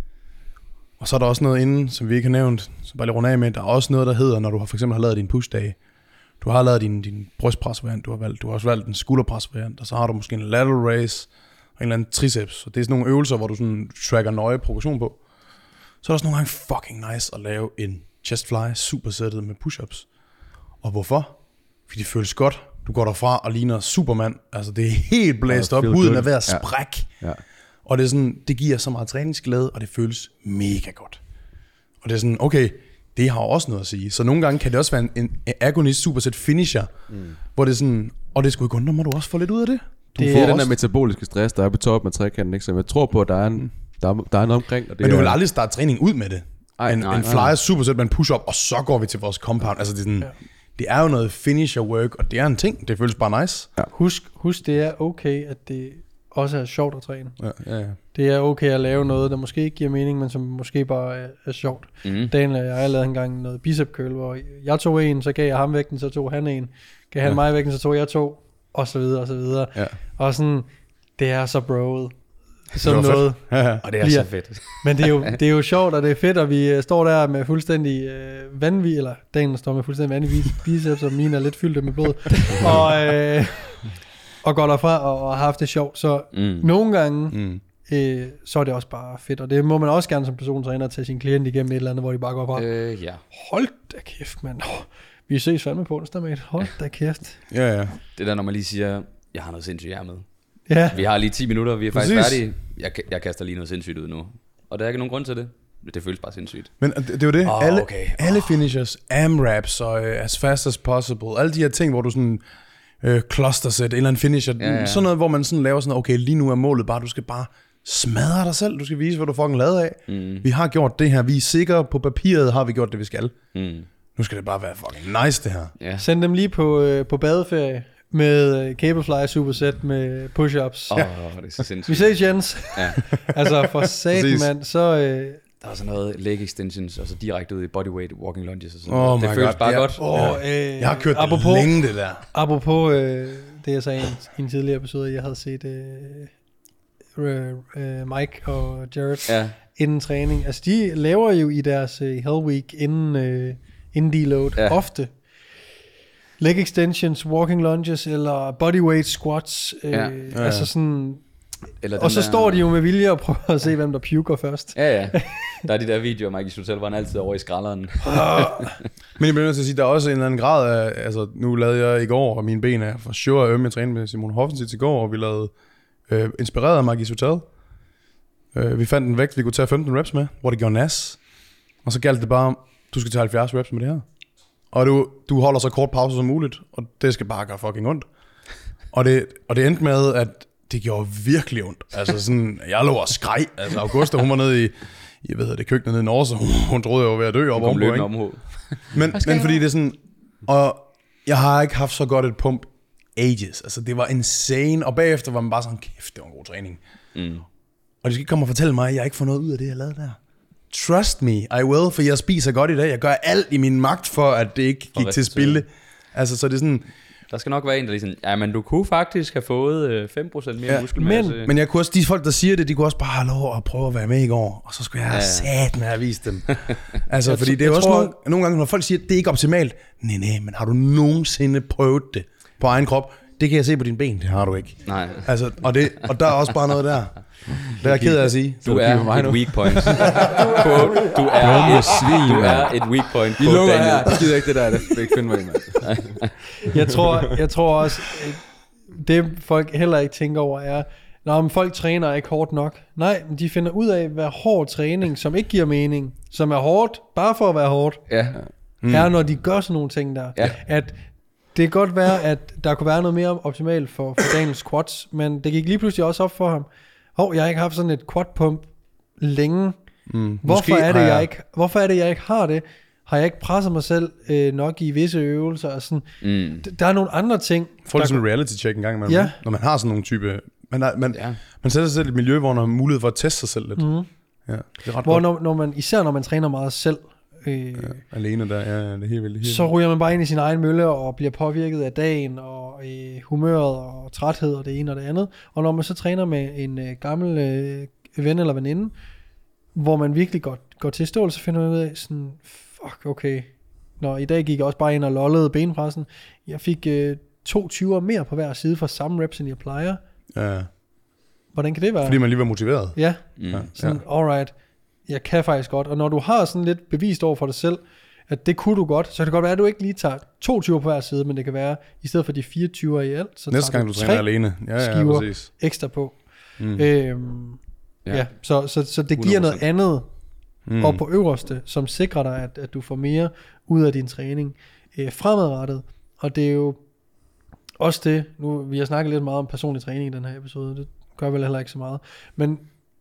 Og så er der også noget inden, som vi ikke har nævnt, så bare lige runde af med. Der er også noget, der hedder, når du har, for eksempel har lavet din push-dag. Du har lavet din, din brystpres-variant, du har, valgt, du har også valgt en skulderpres-variant, og så har du måske en lateral raise og en eller anden triceps. Og det er sådan nogle øvelser, hvor du sådan tracker nøje progression på. Så er der også nogle gange fucking nice at lave en chest fly supersættet med push-ups. Og hvorfor? Fordi det føles godt. Du går derfra og ligner Superman. Altså det er helt blæst Ja, op. feel Huden good. er ved at Ja. sprække. Ja. Og det er sådan, det giver så meget træningsglæde, og det føles mega godt. Og det er sådan, okay, det har også noget at sige. Så nogle gange kan det også være en, en agonist superset finisher, mm. hvor det er sådan, og det skulle ikke undre mig, du også får lidt ud af det. Du Det får er den også, der metaboliske stress, der er på toppen af trekanten, ikke? Så jeg tror på, at der er, en, der er, der er noget omkring. Og det men du vil er, aldrig starte træning ud med det. Ej, en nej, en nej, flyer nej. superset med en push-up, og så går vi til vores compound. Altså det er sådan, ja. Det er jo noget finisher work, og det er en ting. Det føles bare nice. Ja. husk, husk, det er okay, at det også er sjovt at træne. Ja, ja, ja. Det er okay at lave noget, der måske ikke giver mening, men som måske bare er, er sjovt. Mm. Daniel og jeg lavede engang noget bicep curl, hvor jeg tog en, så gav jeg ham vægten, så tog han en. Gav han Ja. mig vægten, så tog jeg to. Og så videre, og så videre. Ja. Og sådan, det er så broet. Det Som var fedt. noget. Ja, ja. Og det er Bliver- så fedt. Men det er, jo, det er jo sjovt, og det er fedt, og vi øh, står der med fuldstændig øh, vanvid, eller Daniel står med fuldstændig vanvittig biceps, og mine er lidt fyldte med blod. og, øh, og går derfra og, og har haft det sjovt. Så Mm. nogle gange, Mm. øh, så er det også bare fedt. Og det må man også gerne som persontræner tage sin klient igennem et eller andet, hvor de bare går fra. Øh, ja. Hold da kæft, mand. Oh, vi ses fandme på onsdag, mate. Hold da kæft. Ja, ja. Det der, når man lige siger, jeg har noget sindssygt i ærmet. Ja, Vi har lige ti minutter, vi er faktisk Præcis. færdige. Jeg, jeg kaster lige noget sindssygt ud nu. Og der er ikke nogen grund til det. Det føles bare sindssygt. Men det, det er jo det. Åh, alle, okay. alle finishers, AMRAPs og uh, as fast as possible, alle de her ting, hvor du sådan uh, cluster set, en eller anden finisher, Ja, ja. sådan noget, hvor man sådan laver sådan, okay, lige nu er målet bare, du skal bare smadre dig selv, du skal vise, hvad du fucking lavede af. Mm. Vi har gjort det her, vi er sikre på papiret, har vi gjort det, vi skal. Mm. Nu skal det bare være fucking nice, det her. Ja. send dem lige på, øh, på badeferie med øh, cablefly superset med push-ups. Åh, oh, det er så Vi sindssygt. ses, Jens. Ja. Altså, for satan, Præcis. mand, så... Øh, Der er sådan noget leg extensions, og så direkte ud i bodyweight walking lunges og sådan Oh noget. my Det føles God, bare ja. godt. åh, øh, Jeg har kørt apropos, det længe, det der. Apropos øh, det, jeg sagde i en, i en tidligere episode, jeg havde set øh, øh, øh, Mike og Jared Ja. inden træning. Altså, de laver jo i deres øh, Hell Week inden, øh, inden deload Ja. ja. ofte leg extensions, walking lunges eller bodyweight squats. Øh, Ja. ja. Ja, ja. Altså sådan, Eller og så den der- står de jo med vilje og prøver at se, hvem der puker først. Ja, ja. Der er de der videoer, Mike Hotel, hvor han altid er over i skralderen. Men jeg bliver nødt til at sige, der er også en eller anden grad af, altså nu lavede jeg i går, og mine ben er for sure ømme. Jeg trænede med Simon Hoffensitz i går, og vi lavede øh, inspireret af Magis Hotel. Øh, vi fandt en vægt, vi kunne tage femten reps med, hvor det gjorde nas. Og så galt det bare om, du skal tage halvfjerds reps med det her. Og du, du holder så kort pause som muligt, og det skal bare gøre fucking ondt. Og det, og det endte med, at det gjorde virkelig ondt. Altså sådan, jeg lå og skreg. Altså Augusta, hun var nede i, jeg ved det, køkkenet nede i Norge, så hun, hun troede, jeg var ved at dø op ovenpå, ikke? Om men, men fordi det er sådan, og jeg har ikke haft så godt et pump ages. Altså det var insane, og bagefter var man bare sådan, kæft, det var en god træning. Mm. Og de skal ikke komme og fortælle mig, at jeg ikke får noget ud af det, jeg lavede der. Trust me, I will, for jeg spiser godt i dag. Jeg gør alt i min magt for, at det ikke gik til spilde. Altså, så det er sådan... Der skal nok være en, der lige sådan, ja, men du kunne faktisk have fået fem procent mere ja, muskelmasse. Men, men jeg kunne også, de folk, der siger det, de kunne også bare have lov at prøve at være med i går, og så skulle jeg have ja. sat med at vise dem. Altså, jeg fordi det er også tror... nogle, nogle gange, når folk siger, at det er ikke optimalt. Nej, nej, men har du nogensinde prøvet det på egen krop? Det kan jeg se på dine ben, det har du ikke. Nej. Altså, og, det, og der er også bare noget der. Det er jeg ked af at sige. Du, du er et weak point. på, du er et svin. Du er et weak point. Vi lukker her. Jeg gider ikke det der, det fik ikke finde mig i, mand. jeg, tror, jeg tror også, det folk heller ikke tænker over er, når men folk træner ikke hårdt nok. Nej, men de finder ud af, hvad hård træning, som ikke giver mening, som er hårdt, bare for at være hårdt, ja. mm. er, når de gør sådan nogle ting der. Ja. At det kan godt være, at der kunne være noget mere optimalt for, for Daniels quads, men det gik lige pludselig også op for ham. Hov, jeg har ikke haft sådan et quad pump længe. Mm, hvorfor, er det, jeg... Jeg ikke, hvorfor er det, jeg ikke har det? Har jeg ikke presset mig selv øh, nok i visse øvelser? Og sådan. Mm. D- der er nogle andre ting. Får du sådan en reality check en gang imellem? Ja. Når man har sådan nogle type... Man, har, man, ja. man sætter sig selv i et miljø, hvor man har mulighed for at teste sig selv lidt. Mm. Ja, det er ret hvor når, når man, især når man træner meget selv, øh, ja, alene der, ja, det er helt vildt. Så ryger man bare ind i sin egen mølle og bliver påvirket af dagen og øh, humøret og træthed og det ene og det andet. Og når man så træner med en øh, gammel øh, ven eller veninde, hvor man virkelig går, går til stål, så finder man ud af sådan, fuck, okay. Nå, i dag gik jeg også bare ind og lollede benpressen. Jeg fik øh, to tyver mere på hver side for samme reps, end jeg plejer. Ja. Hvordan kan det være? Fordi man lige var motiveret. Ja, mm. sådan, alright. Jeg kan faktisk godt. Og når du har sådan lidt bevist over for dig selv, at det kunne du godt, så kan det godt være, at du ikke lige tager to tyver på hver side, men det kan være, i stedet for de fire tyver i alt, så næste gang du, du træner alene, ja, ja, skiver præcis. Ekstra på. Mm. Øhm, ja. ja, så, så, så det giver noget andet mm. op på øverste, som sikrer dig, at, at du får mere ud af din træning øh, fremadrettet. Og det er jo også det, nu vi har snakket lidt meget om personlig træning i den her episode, det gør vel heller ikke så meget, men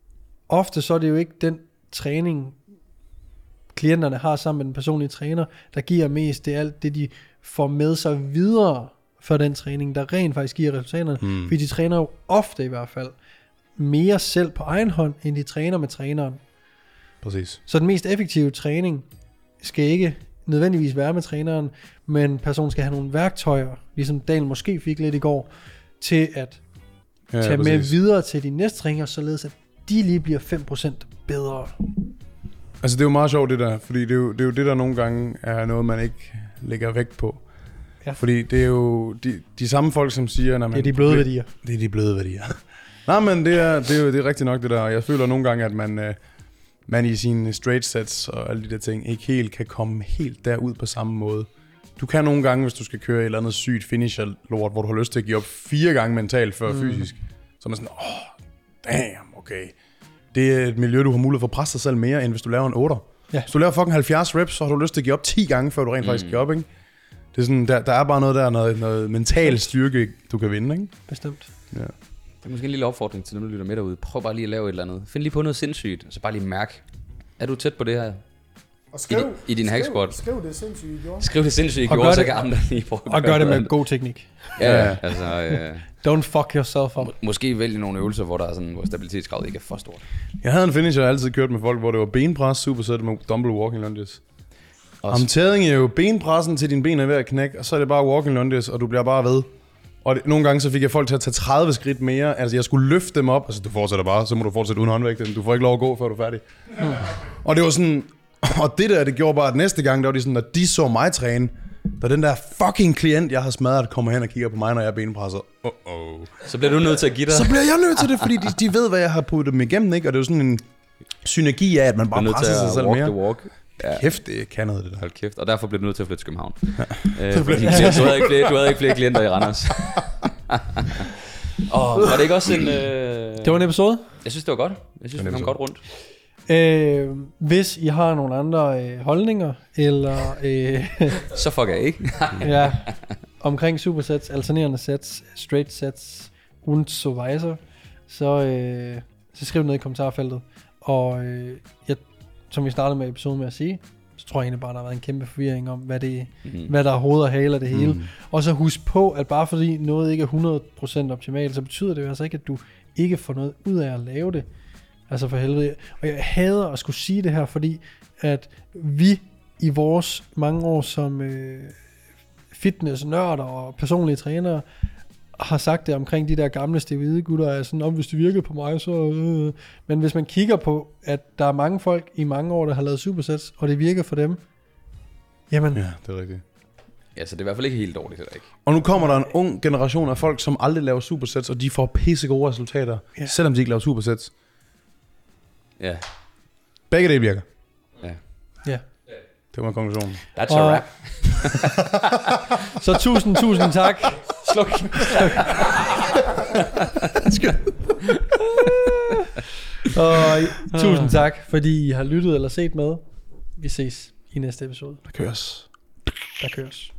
ofte så er det jo ikke den træning, klienterne har sammen med den personlige træner, der giver mest. Det er alt det, de får med sig videre for den træning, der rent faktisk giver resultaterne. Mm. Fordi de træner jo ofte i hvert fald mere selv på egen hånd, end de træner med træneren. Præcis. Så den mest effektive træning skal ikke nødvendigvis være med træneren, men personen skal have nogle værktøjer, ligesom Daniel måske fik lidt i går, til at ja, tage præcis. med videre til de næste træninger, således at de lige bliver fem procent bedre. Altså det er jo meget sjovt det der, fordi det er jo det, er jo det der nogle gange er noget, man ikke lægger vægt på. Ja. Fordi det er jo de, de samme folk, som siger... Når man, det er de bløde værdier. Det er de bløde værdier. Nej, men det er, det er jo det er rigtigt nok det der, og jeg føler nogle gange, at man, øh, man i sine straight sets og alle de der ting, ikke helt kan komme helt derud på samme måde. Du kan nogle gange, hvis du skal køre et eller andet sygt finisher-lort, hvor du har lyst til at give op fire gange mentalt før mm. fysisk, så er man sådan, åh, oh, damn, okay. Det er et miljø, du har mulighed for at presse dig selv mere, end hvis du laver en otter. Ja. Hvis du laver fucking halvfjerds reps, så har du lyst til at give op ti gange, før du rent mm. faktisk giver op, ikke? Det er sådan, der, der er bare noget der, noget, noget mental styrke, du kan vinde, ikke? Bestemt. Ja. Det er måske en lille opfordring til, når du lytter med derude. Prøv bare lige at lave et eller andet. Find lige på noget sindssygt, så bare lige mærk. Er du tæt på det her? Og skriv, I, i din hack squat. Skriv det sindssygt i gjorde. Skriv det sindssygt i gjorde, så kan andre lige prøve Og gør det med god teknik. Ja, ja. altså... Øh, Don't fuck yourself up. Må, måske vælge nogle øvelser, hvor der er sådan, hvor stabilitetsgradet ikke er for stort. Jeg havde en finisher, jeg altid kørt med folk, hvor det var benpres, superset med dumbbell walking lunges. Omtædning er jo benpressen til dine ben er ved at knække, og så er det bare walking lunges, og du bliver bare ved. Og det, nogle gange så fik jeg folk til at tage tredive skridt mere. Altså jeg skulle løfte dem op. Altså du fortsætter bare, så må du fortsætte uden håndvægten. Du får ikke lov at gå, før du er færdig. Mm. Og det var sådan... Og det der, det gjorde bare, at næste gang, der var de sådan, når de så mig træne, der den der fucking klient, jeg har smadret, kommer hen og kigger på mig, når jeg benpresser. Uh-oh. Så bliver du nødt til at give dig. Så bliver jeg nødt til det, fordi de, de ved, hvad jeg har puttet dem igennem, ikke? Og det er jo sådan en synergi af, at man bare presser sig selv walk mere. The walk. Ja. Kæft, det kan noget, det der. Hold kæft. Og derfor blev du nødt til at flytte til København. Ja. Øh, fordi, du, havde ikke flere, du havde ikke flere klienter i Randers. Og var det ikke også en... Øh... Det var en episode? Jeg synes, det var godt. Jeg synes, det kom godt rundt. Øh, hvis I har nogle andre øh, holdninger, eller... Øh, så fuck jeg ikke. ja, omkring supersets, alternerende sets, straight sets, und so weiter, så, øh, så skriv ned i kommentarfeltet. Og øh, jeg, som vi startede med episoden med at sige, så tror jeg egentlig bare, der har været en kæmpe forvirring om, hvad, det, mm. hvad der er hoved og hale af det hele. Mm. Og så husk på, at bare fordi noget ikke er hundrede procent optimalt, så betyder det jo altså ikke, at du ikke får noget ud af at lave det. Altså for helvede. Og jeg hader at skulle sige det her, fordi at vi i vores mange år som øh, fitnessnørder og personlige trænere, har sagt det omkring de der gamle steroidegutter, er sådan, om hvis det virkede på mig, så... Øh. Men hvis man kigger på, at der er mange folk i mange år, der har lavet supersets, og det virker for dem, jamen... Ja, det er rigtigt. Ja, så det er i hvert fald ikke helt dårligt heller ikke. Og nu kommer der en ung generation af folk, som aldrig laver supersets, og de får pisse gode resultater, ja. Selvom de ikke laver supersets. Ja. Begge dele virker. Ja. Ja. Det var konklusionen. That's a wrap. Så tusind, tusind tak. Sluk. Og tusind tak, fordi I har lyttet eller set med. Vi ses i næste episode. Der køres. Der køres.